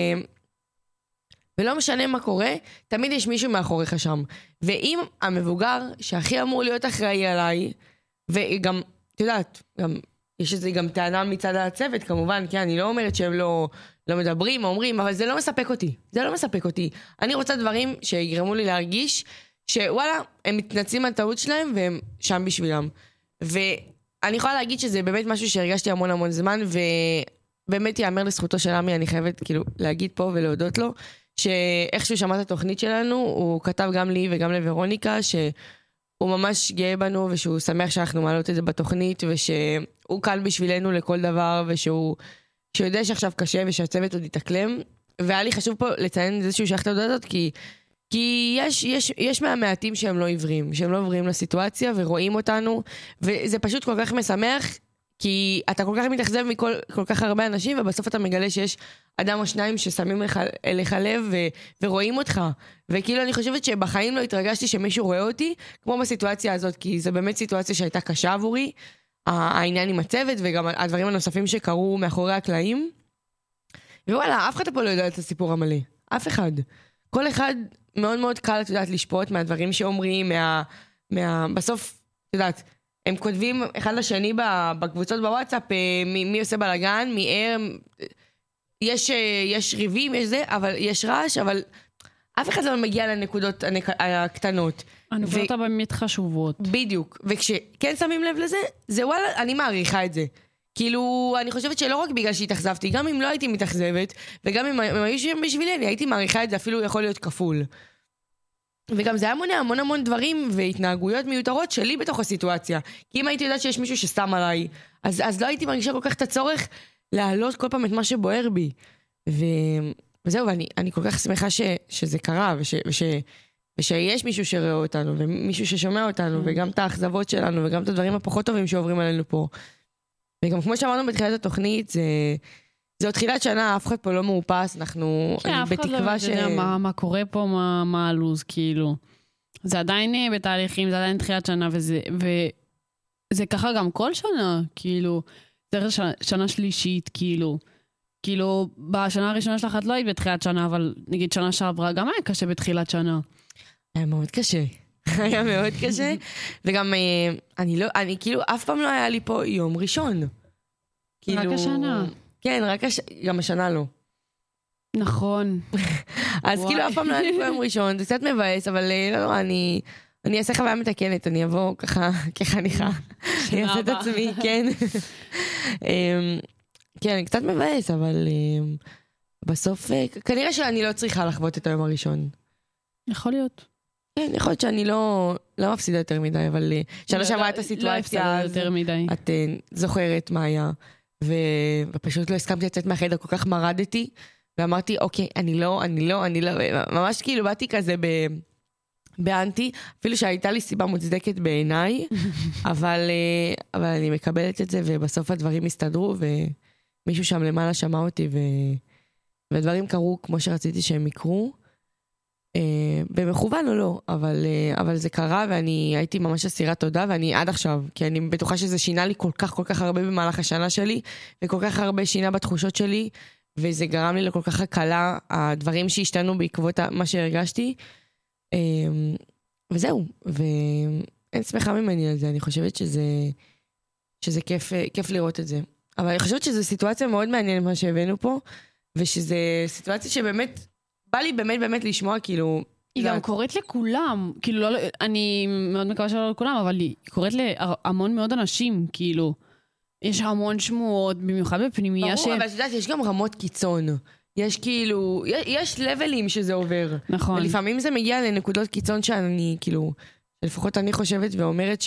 ולא משנה מה קורה, תמיד יש מישהו מאחוריך שם. ואם המבוגר, שהכי אמור להיות אחראי עליי, וגם, את יודעת, גם, יש איזה גם טענה מצד הצוות, כמובן, כי אני לא אומרת שהם לא מדברים, אומרים, אבל זה לא מספק אותי. זה לא מספק אותי. אני רוצה דברים שיגרמו לי להרגיש שוואלה, הם מתנצלים על טעות שלהם והם שם בשבילם. ואני יכולה להגיד שזה באמת משהו שהרגשתי המון זמן, ובאמת יאמר לזכותו של עמי, אני חייבת כאילו להגיד פה ולהודות לו, שאיכשהו שמע את התוכנית שלנו, הוא כתב גם לי וגם לוורוניקה, שהוא ממש גאה בנו, ושהוא שמח שאנחנו מעלות את זה בתוכנית, ושהוא כאן בשבילנו לכל דבר, ושהוא יודע שעכשיו קשה ושהצוות עוד יתאקלם, והיה לי חשוב פה לציין את זה שהוא שייך את ההודעה הזאת, כי יש מהמעטים שהם לא עיוורים, שהם לא עיוורים לסיטואציה ורואים אותנו, וזה פשוט כל כך משמח, כי אתה כל כך מתאכזב מכל כך הרבה אנשים, ובסוף אתה מגלה שיש אדם או שניים ששמים לך לב ורואים אותך. וכאילו אני חושבת שבחיים לא התרגשתי שמישהו רואה אותי, כמו בסיטואציה הזאת, כי זו באמת סיטואציה שהייתה קשה עבורי, העניין עם הצוות וגם הדברים הנוספים שקרו מאחורי הקלעים. ווואלה, אף אחד פה לא יודע את הסיפור המלא. אף אחד. כל אחד מאוד מאוד קל, את יודעת, לשפוט מהדברים שאומרים, בסוף, את יודעת, הם כותבים אחד לשני בקבוצות בוואטסאפ, מי עושה בלגן, מי ער, יש ריבים, יש זה, אבל יש רעש, אבל אף אחד לא מגיע לנקודות הקטנות. הנקודות הבאמת חשובות. בדיוק. וכשכן שמים לב לזה, זה וואלה, אני מעריכה את זה. כאילו, אני חושבת שלא רק בגלל שהתאכזבתי, גם אם לא הייתי מתאכזבת, וגם אם היו שם בשבילי, אני הייתי מעריכה את זה, אפילו יכול להיות כפול. וגם זה היה מונע המון דברים והתנהגויות מיותרות שלי בתוך הסיטואציה. כי אם הייתי יודעת שיש מישהו ששם עליי, אז לא הייתי מרגישה כל כך את הצורך להעלות כל פעם את מה שבוער בי. וזהו, ואני כל כך שמחה שזה קרה, ושיש מישהו שרואה אותנו, ומישהו ששומע אותנו, וגם את האכזבות שלנו, וגם את הדברים הפחות טובים שעוברים עלינו פה. וגם כמו שאמרנו בתחילת התוכנית, זה עוד תחילת שנה, אף אחד פה לא מאופס, אנחנו בתקווה ש... מה קורה פה, מה הלוז, כאילו. זה עדיין בתהליכים, זה עדיין תחילת שנה, וזה ככה גם כל שנה, כאילו, זה שנה שלישית, כאילו, בשנה הראשונה שלך את לא היית בתחילת שנה, אבל נגיד שנה שעברה גם היה קשה בתחילת שנה. היה מאוד קשה. היה מאוד קשה, וגם אני כאילו, אף פעם לא היה לי פה יום ראשון. רק השנה. כן, גם השנה לא. נכון. אז כאילו אף פעם לא היה לי פה יום ראשון, זה קצת מבאס, אבל לא, אני אעשה חוויה מתקנת, אני אבוא ככה כחניכה. אני אעשה את עצמי, כן. כן, קצת מבאס, אבל בסוף, כנראה שאני לא צריכה לחוות את היום הראשון. יכול להיות. כן, יכול להיות שאני לא מפסידה יותר מדי, אבל שנה שעברה את הסיטואציה, את זוכרת מה היה, ופשוט לא הסכמתי לצאת מהחדר, כל כך מרדתי, ואמרתי, אוקיי, אני לא, ממש כאילו באתי כזה באנטי, אפילו שהייתה לי סיבה מוצדקת בעיניי, אבל אני מקבלת את זה, ובסוף הדברים הסתדרו, ומישהו שם למעלה שמע אותי, והדברים קרו כמו שרציתי שהם יקרו, במכוון או לא, אבל זה קרה, ואני הייתי ממש אסירת תודה, ואני עד עכשיו, כי אני בטוחה שזה שינה לי כל כך הרבה במהלך השנה שלי, וכל כך הרבה שינה בתחושות שלי, וזה גרם לי לכל כך הקלה, הדברים שהשתנו בעקבות מה שהרגשתי, וזהו, ואין שמחה ממני על זה, אני חושבת שזה כיף לראות את זה. אבל אני חושבת שזו סיטואציה מאוד מעניינת מה שהבאנו פה, ושזו סיטואציה שבאמת, בא לי באמת לשמוע כאילו היא גם קוראת לכולם, כאילו, לא, אני מאוד מקווה שלא לכולם, אבל היא קוראת להמון מאוד אנשים, כאילו, יש המון שמועות, במיוחד בפנימייה ברור, אבל את יודעת, יש גם רמות קיצון. יש כאילו, יש לבלים שזה עובר. נכון. ולפעמים זה מגיע לנקודות קיצון שאני, כאילו, לפחות אני חושבת ואומרת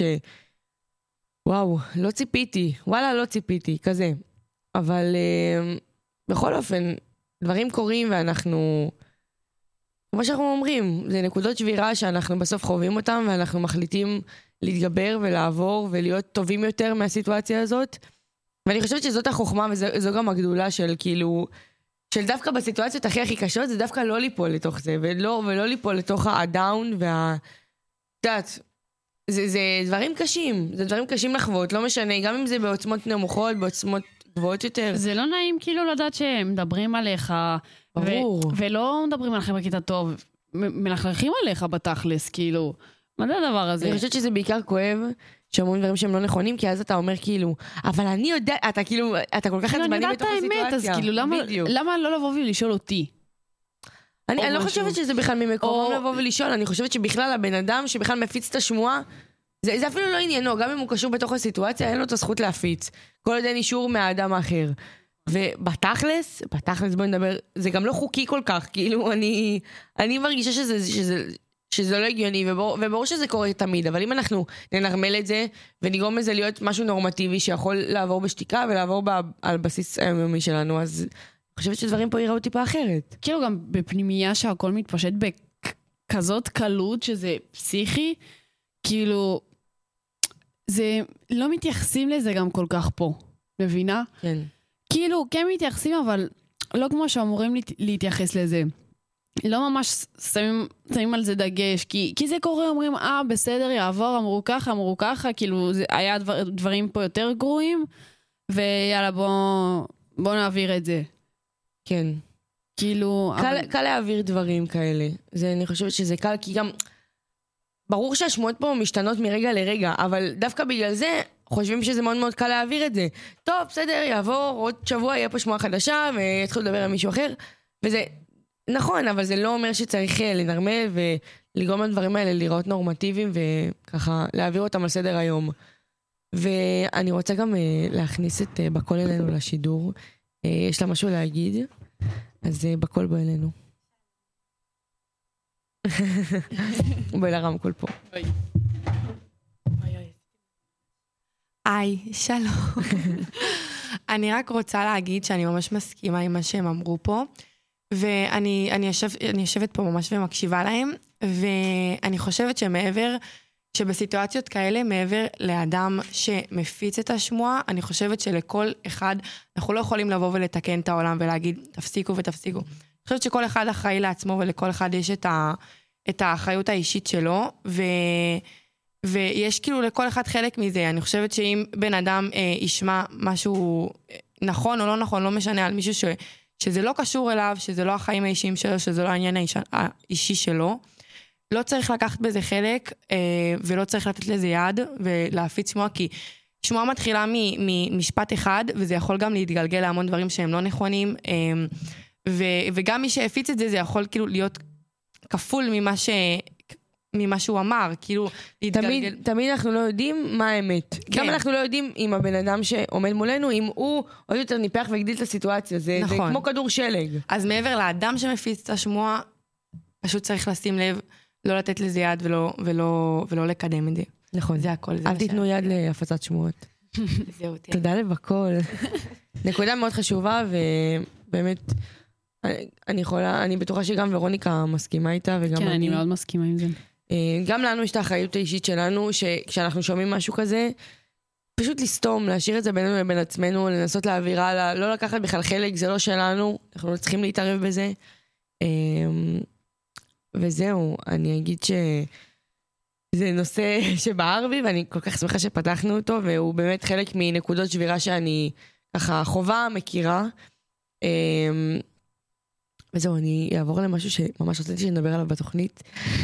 וואו, לא ציפיתי, וואלה, לא ציפיתי, כזה. אבל בכל אופן, דברים קורים ואנחנו, כמו שאנחנו אומרים, זה נקודות שבירה שאנחנו בסוף חווים אותם, ואנחנו מחליטים להתגבר ולעבור ולהיות טובים יותר מהסיטואציה הזאת. ואני חושבת שזאת החוכמה וזו גם הגדולה של כאילו, של דווקא בסיטואציות הכי קשות, זה דווקא לא ליפול לתוך זה, ולא ליפול לתוך הדאון יודעת, זה דברים קשים, זה דברים קשים לחוות, לא משנה, גם אם זה בעוצמות נמוכות, בעוצמות גבוהות יותר. זה לא נעים כאילו לדעת שהם מדברים עליך, ברור. ולא מדברים עליך בכיתה טוב, מלכלכים עליך בתכלס, כאילו, מה זה הדבר הזה? אני חושבת שזה בעיקר כואב, שאומרים דברים שהם לא נכונים, כי אז אתה אומר כאילו, אבל אני יודע, אתה כאילו, אתה כל כך עצבני בתוך הסיטואציה. אז כאילו, למה לא לבוא ולשאול אותי? אני לא חושבת שזה בכלל ממקום לבוא ולשאול, אני חושבת שבכלל הבן אדם שבכלל מפיץ את השמועה, זה אפילו לא עניינו, גם אם הוא קשור בתוך הסיטואציה, אין לו את הזכות להפיץ. כל עוד אין אישור מהאדם האחר. ובתכלס, בואי נדבר, זה גם לא חוקי כל כך, כאילו אני מרגישה שזה לא הגיוני, וברור שזה קורה תמיד, אבל אם אנחנו ננרמל את זה, ונגרום לזה להיות משהו נורמטיבי, שיכול לעבור בשתיקה, ולעבור על בסיס היומיומי שלנו, אז אני חושבת שדברים פה יראו טיפה אחרת. כאילו גם בפנימייה שהכל מתפשט בכזאת קלות, שזה פסיכי, כאילו, זה לא מתייחסים לזה גם כל כך פה, מבינה? כן. כאילו, כן מתייחסים, אבל לא כמו שאמורים להתייחס לזה. לא ממש שמים על זה דגש, כי זה קורה, אומרים, בסדר, יעבור, אמרו ככה, כאילו, היה דברים פה יותר גרועים, ויאללה, בוא נעביר את זה. כן. כאילו... קל להעביר דברים כאלה. אני חושבת שזה קל, כי גם... ברור שהשמועות פה משתנות מרגע לרגע, אבל דווקא בגלל זה חושבים שזה מאוד מאוד קל להעביר את זה. טוב, בסדר, יעבור, עוד שבוע יהיה פה שמועה חדשה, ויתחיל לדבר על מישהו אחר, וזה נכון, אבל זה לא אומר שצריך לנרמל ולגרום לדברים האלה לראות נורמטיביים, וככה להעביר אותם על סדר היום. ואני רוצה גם להכניס את בקול אלינו לשידור. יש לה משהו להגיד, אז בקול בוא אלינו. בואי לרמקול פה. היי, שלום. אני רק רוצה להגיד שאני ממש מסכימה עם מה שהם אמרו פה, ואני יושבת פה ממש ומקשיבה להם, ואני חושבת שבסיטואציות כאלה, מעבר לאדם שמפיץ את השמועה, אני חושבת שלכל אחד, אנחנו לא יכולים לבוא ולתקן את העולם ולהגיד, תפסיקו ותפסיקו. אני חושבת שכל אחד אחראי לעצמו, ולכל אחד יש את האחריות האישית שלו, ויש כאילו לכל אחד חלק מזה. אני חושבת שאם בן אדם ישמע משהו נכון או לא נכון, לא משנה על מישהו שזה לא קשור אליו, שזה לא החיים האישיים שלו, שזה לא העניין האישי שלו, לא צריך לקחת בזה חלק, ולא צריך לתת לזה יד, ולהפיץ שמועה, כי שמועה מתחילה ממשפט אחד, וזה יכול גם להתגלגל להמון דברים שהם לא נכונים, וגם מי שהפיץ את זה, זה יכול כאילו להיות כפול ממה שהוא אמר, כאילו להתגלגל. תמיד אנחנו לא יודעים מה האמת. כן. גם אנחנו לא יודעים אם הבן אדם שעומד מולנו, אם הוא עוד יותר ניפח והגדיל את הסיטואציה. זה כמו כדור שלג. אז מעבר לאדם שמפיץ את השמועה, פשוט צריך לשים לב, לא לתת לזה יד ולא לקדם את זה. נכון. זה הכל. אל תיתנו יד להפצת שמועות. זהו, תודה לבקול. נקודה מאוד חשובה, ובאמת, אני בטוחה שגם ורוניקה מסכימה איתה, וגם כן, אני מאוד מסכימה עם זה. גם לנו יש את האחריות האישית שלנו, שכשאנחנו שומעים משהו כזה, פשוט לסתום, להשאיר את זה בינינו לבין עצמנו, לנסות להעבירה, לא לקחת בכלל חלק, זה לא שלנו, אנחנו לא צריכים להתערב בזה. וזהו, אני אגיד שזה נושא שבער בי, ואני כל כך שמחה שפתחנו אותו, והוא באמת חלק מנקודות שבירה שאני ככה חובה, מכירה. וזהו, אני אעבור למשהו שממש רציתי שנדבר עליו בתוכנית.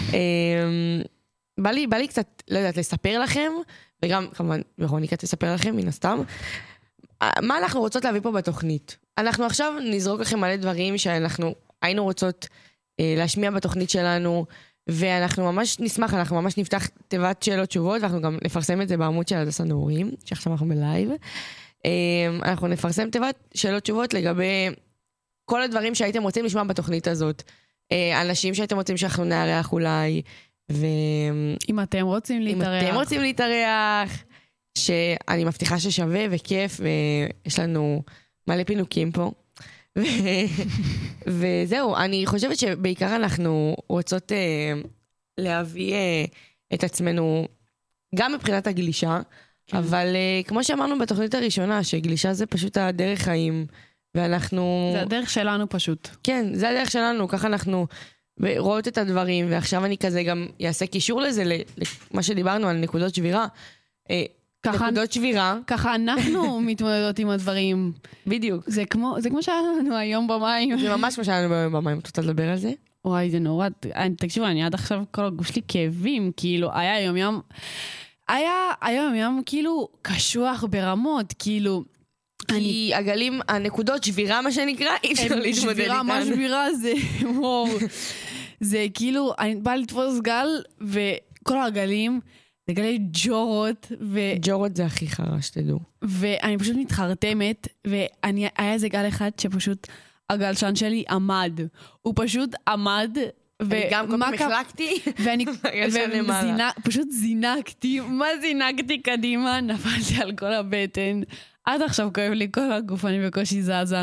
בא לי קצת, לא יודעת, לספר לכם, וגם כמובן ורוניקה תספר לכם מן הסתם, מה אנחנו רוצות להביא פה בתוכנית. אנחנו עכשיו נזרוק לכם מלא דברים שאנחנו היינו רוצות להשמיע בתוכנית שלנו, ואנחנו ממש נשמח, אנחנו ממש נפתח תיבת שאלות תשובות, ואנחנו גם נפרסם את זה בעמוד של הדס הנעורים, שעכשיו אנחנו בלייב. אנחנו נפרסם תיבת שאלות תשובות לגבי כל הדברים שהייתם רוצים לשמוע בתוכנית הזאת. אנשים שהייתם רוצים שאנחנו נארח אולי, אם אתם רוצים להתארח. אם אתם רוצים להתארח, שאני מבטיחה ששווה וכיף, ויש לנו מלא פינוקים פה. וזהו, אני חושבת שבעיקר אנחנו רוצות להביא את עצמנו, גם מבחינת הגלישה, אבל כמו שאמרנו בתוכנית הראשונה, שגלישה זה פשוט הדרך חיים, ואנחנו... זה הדרך שלנו פשוט. כן, זה הדרך שלנו, ככה אנחנו רואות את הדברים, ועכשיו אני כזה גם אעשה קישור לזה, למה שדיברנו על נקודות שבירה. נקודות שבירה. ככה אנחנו מתמודדות עם הדברים. בדיוק. זה כמו שהיה לנו היום במים. זה ממש כמו שהיה לנו היום במים. את רוצה לדבר על זה? וואי, זה נורא. תקשיבו, אני עד עכשיו כל הגוף שלי כאבים, כאילו, היה יום ים כאילו קשוח ברמות, כאילו... כי הגלים, הנקודות שבירה, מה שנקרא, אי אפשר להתמודד איתן. מה שבירה זה, וואו. זה כאילו, אני באה לתפוס גל, וכל הגלים, זה גלי ג'ורות. ג'ורות זה הכי חרא, שתדעו. ואני פשוט מתחרטמת, והיה איזה גל אחד שפשוט הגלשן שלי עמד. הוא פשוט עמד, אני גם כל פעם החלקתי, ואני פשוט זינקתי, מה זינקתי קדימה? נפלתי על כל הבטן. עד עכשיו כואב לי כל הגוף, אני בקושי זזה.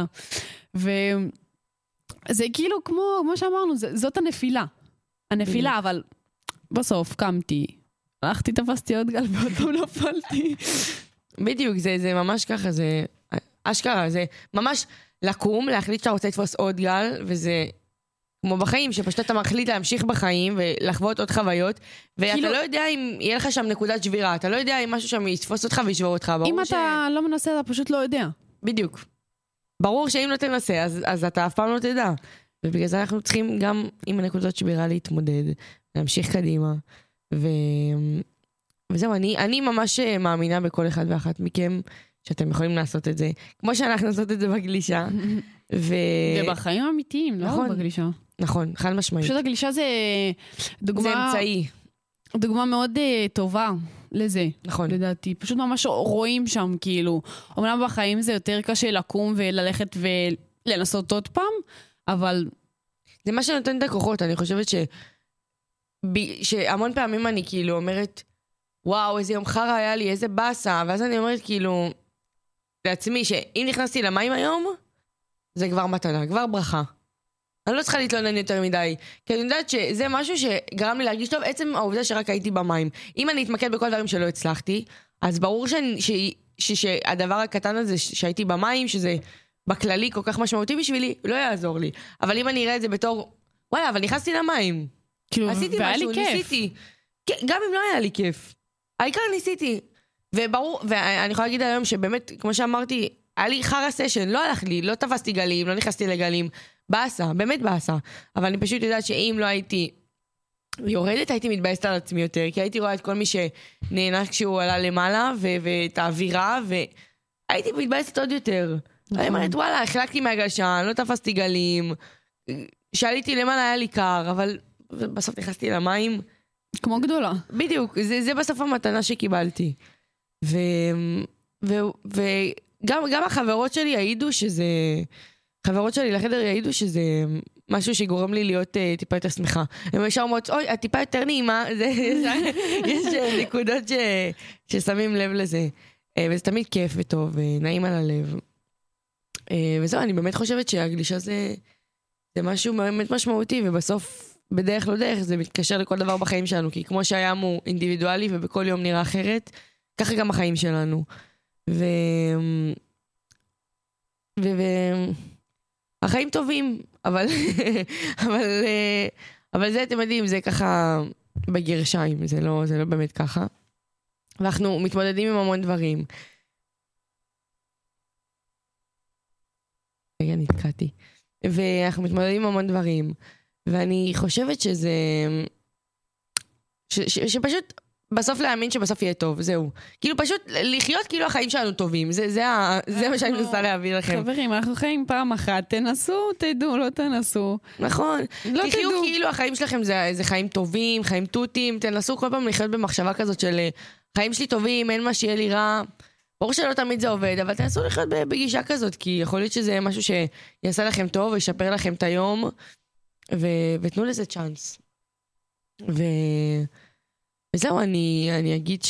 וזה כאילו כמו שאמרנו, זאת הנפילה. הנפילה, אבל בסוף קמתי, הלכתי, תפסתי עוד גל ועוד פעם נפלתי. בדיוק, זה ממש ככה, זה אשכרה, זה ממש לקום, להחליט שאתה רוצה לתפוס עוד גל, וזה כמו בחיים, שפשוט אתה מחליט להמשיך בחיים ולחוות עוד חוויות, ואתה לא יודע אם יהיה לך שם נקודת שבירה, אתה לא יודע אם משהו שם יתפוס אותך וישבור אותך. אם אתה לא מנסה, אתה פשוט לא יודע. בדיוק. ברור שאם לא תנסה, אז אתה אף פעם לא תדע. ובגלל זה אנחנו צריכים גם עם הנקודות שבירה להתמודד, להמשיך קדימה. וזהו, אני ממש מאמינה בכל אחד ואחת מכם, שאתם יכולים לעשות את זה, כמו שאנחנו עושות את זה בגלישה. ובחיים האמיתיים, לא בגלישה. נכון, חד משמעית. פשוט הגלישה זה דוגמה... זה אמצעי. דוגמה מאוד טובה לזה. נכון. לדעתי. פשוט ממש רואים שם, כאילו. אומנם בחיים זה יותר קשה לקום וללכת ולנסות עוד פעם, אבל... זה מה שנותן את הכוחות. אני חושבת שהמון פעמים אני כאילו אומרת, וואו, איזה יום חרא היה לי, איזה בסה. ואז אני אומרת כאילו, לעצמי, שאם נכנסתי למים היום, זה כבר מתנה, כבר ברכה. אני לא צריכה להתלונן יותר מדי, כי אני יודעת שזה משהו שגרם לי להרגיש טוב, עצם העובדה שרק הייתי במים. אם אני אתמקד בכל דברים שלא הצלחתי, אז ברור שהדבר הקטן הזה שהייתי במים, שזה בכללי כל כך משמעותי בשבילי, לא יעזור לי. אבל אם אני אראה את זה בתור, וואלה, אבל נכנסתי למים. כאילו, עשיתי משהו, ניסיתי. גם אם לא היה לי כיף. העיקר ניסיתי. וברור, ואני יכולה להגיד היום שבאמת, כמו שאמרתי, היה לי חרא סשן, לא הלך לי, לא תפסתי גלים, לא נכנסתי לגלים. בעשה, באמת בעשה. אבל אני פשוט יודעת שאם לא הייתי יורדת, הייתי מתבאסת על עצמי יותר, כי הייתי רואה את כל מי שנהנש כשהוא עלה למעלה, ואת האווירה, והייתי מתבאסת עוד יותר. אני אומרת, וואלה, החלקתי מהגלשן, לא תפסתי גלים, שעליתי למעלה היה לי קר, אבל בסוף נכנסתי למים. כמו גדולה. בדיוק, זה בסוף המתנה שקיבלתי. וגם החברות שלי העידו שזה... חברות שלי לחדר יעידו שזה משהו שגורם לי להיות טיפה יותר שמחה. הן ישר אומרות, אוי, את טיפה יותר נעימה, יש נקודות ששמים לב לזה. וזה תמיד כיף וטוב, ונעים על הלב. וזהו, אני באמת חושבת שהגלישה זה משהו באמת משמעותי, ובסוף, בדרך לא דרך, זה מתקשר לכל דבר בחיים שלנו, כי כמו שהים הוא אינדיבידואלי, ובכל יום נראה אחרת, ככה גם החיים שלנו. החיים טובים, אבל זה, אתם יודעים, זה ככה בגרשיים, זה לא באמת ככה. ואנחנו מתמודדים עם המון דברים. רגע, נתקעתי. ואנחנו מתמודדים עם המון דברים. ואני חושבת שזה... שפשוט בסוף להאמין שבסוף יהיה טוב, זהו. כאילו פשוט לחיות כאילו החיים שלנו טובים, זה מה שאני מנסה להביא לכם. חברים, אנחנו חיים פעם אחת, תנסו, תדעו, לא תנסו. נכון. לא תחיו תדעו. כאילו החיים שלכם זה חיים טובים, חיים טוטים, תנסו כל פעם לחיות במחשבה כזאת של חיים שלי טובים, אין מה שיהיה לי רע. ברור שלא תמיד זה עובד, אבל תנסו לחיות בגישה כזאת, כי יכול להיות שזה משהו שיעשה לכם טוב, וישפר לכם את היום, ותנו לזה צ'אנס. וזהו, אני אגיד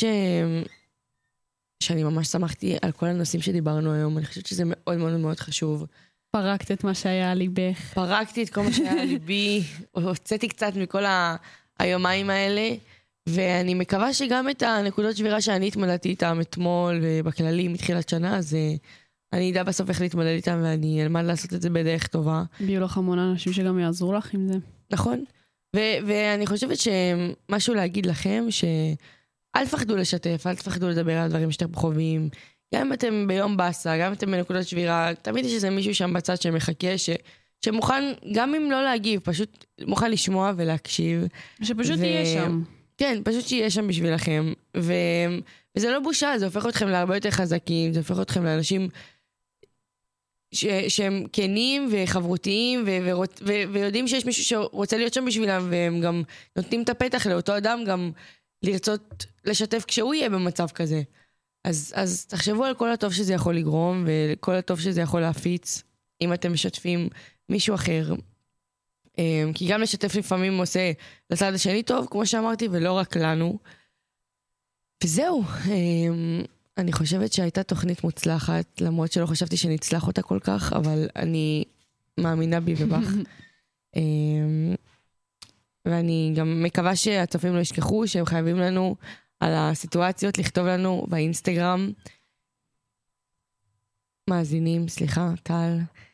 שאני ממש שמחתי על כל הנושאים שדיברנו היום, אני חושבת שזה מאוד מאוד מאוד חשוב. פרקת את מה שהיה ליבך. פרקתי את כל מה שהיה ליבי, הוצאתי קצת מכל היומיים האלה, ואני מקווה שגם את הנקודות שבירה שאני התמודדתי איתם אתמול ובכללי מתחילת שנה, אז אני אדע בסוף איך להתמודד איתם, ואני אלמד לעשות את זה בדרך טובה. ביו לך המון אנשים שגם יעזרו לך עם זה. נכון. ואני חושבת שמשהו להגיד לכם, שאל תפחדו לשתף, אל תפחדו לדבר על דברים שאתם חווים, גם אם אתם ביום בסה, גם אם אתם בנקודות שבירה, תמיד יש איזה מישהו שם בצד שמחכה, שמוכן, גם אם לא להגיב, פשוט מוכן לשמוע ולהקשיב. שפשוט יהיה שם. כן, פשוט שיהיה שם בשבילכם. וזה לא בושה, זה הופך אתכם להרבה יותר חזקים, זה הופך אתכם לאנשים שהם כנים וחברותיים, ויודעים שיש מישהו שרוצה להיות שם בשבילם, והם גם נותנים את הפתח לאותו אדם גם לרצות לשתף כשהוא יהיה במצב כזה. אז תחשבו על כל הטוב שזה יכול לגרום, וכל הטוב שזה יכול להפיץ, אם אתם משתפים מישהו אחר. כי גם לשתף לפעמים עושה לצד השני טוב, כמו שאמרתי, ולא רק לנו. וזהו, אני חושבת שהייתה תוכנית מוצלחת, למרות שלא חשבתי שנצלח אותה כל כך, אבל אני מאמינה בי ובך. ואני גם מקווה שהצופים לא ישכחו שהם חייבים לנו על הסיטואציות לכתוב לנו באינסטגרם. מאזינים, סליחה, טל.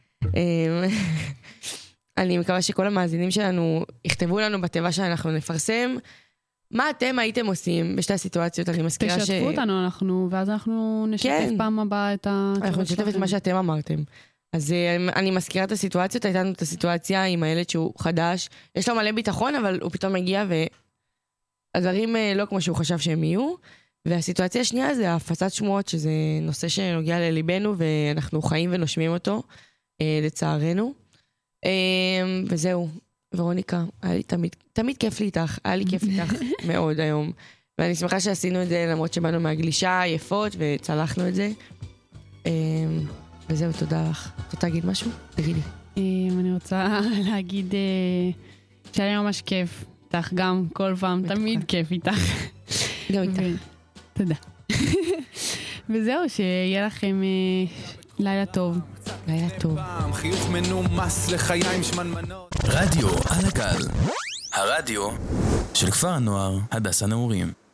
אני מקווה שכל המאזינים שלנו יכתבו לנו בתיבה שאנחנו נפרסם. מה אתם הייתם עושים בשתי הסיטואציות? אני מזכירה תשתפו אותנו, ואז אנחנו נשתף פעם הבאה את אנחנו נשתף את מה שאתם אמרתם. אז אני מזכירה את הסיטואציות, הייתה לנו את הסיטואציה עם הילד שהוא חדש, יש לו מלא ביטחון, אבל הוא פתאום מגיע והדברים לא כמו שהוא חשב שהם יהיו. והסיטואציה השנייה זה הפצת שמועות, שזה נושא שנוגע לליבנו, ואנחנו חיים ונושמים אותו, לצערנו. וזהו, ורוניקה, היה לי תמיד כיף לי איתך, היה לי כיף איתך מאוד היום. ואני שמחה שעשינו את זה, למרות שבאנו מהגלישה יפות, וצלחנו את זה. וזהו, תודה לך. את רוצה להגיד משהו? תגידי. אני רוצה להגיד שהיה לי ממש כיף איתך, גם כל פעם, תמיד כיף איתך. גם איתך. תודה. וזהו, שיהיה לכם לילה טוב. לילה טוב. חיוך מנומס לחיים שמנמנות. רדיו על הגל, הרדיו של כפר הנוער הדס הנעורים.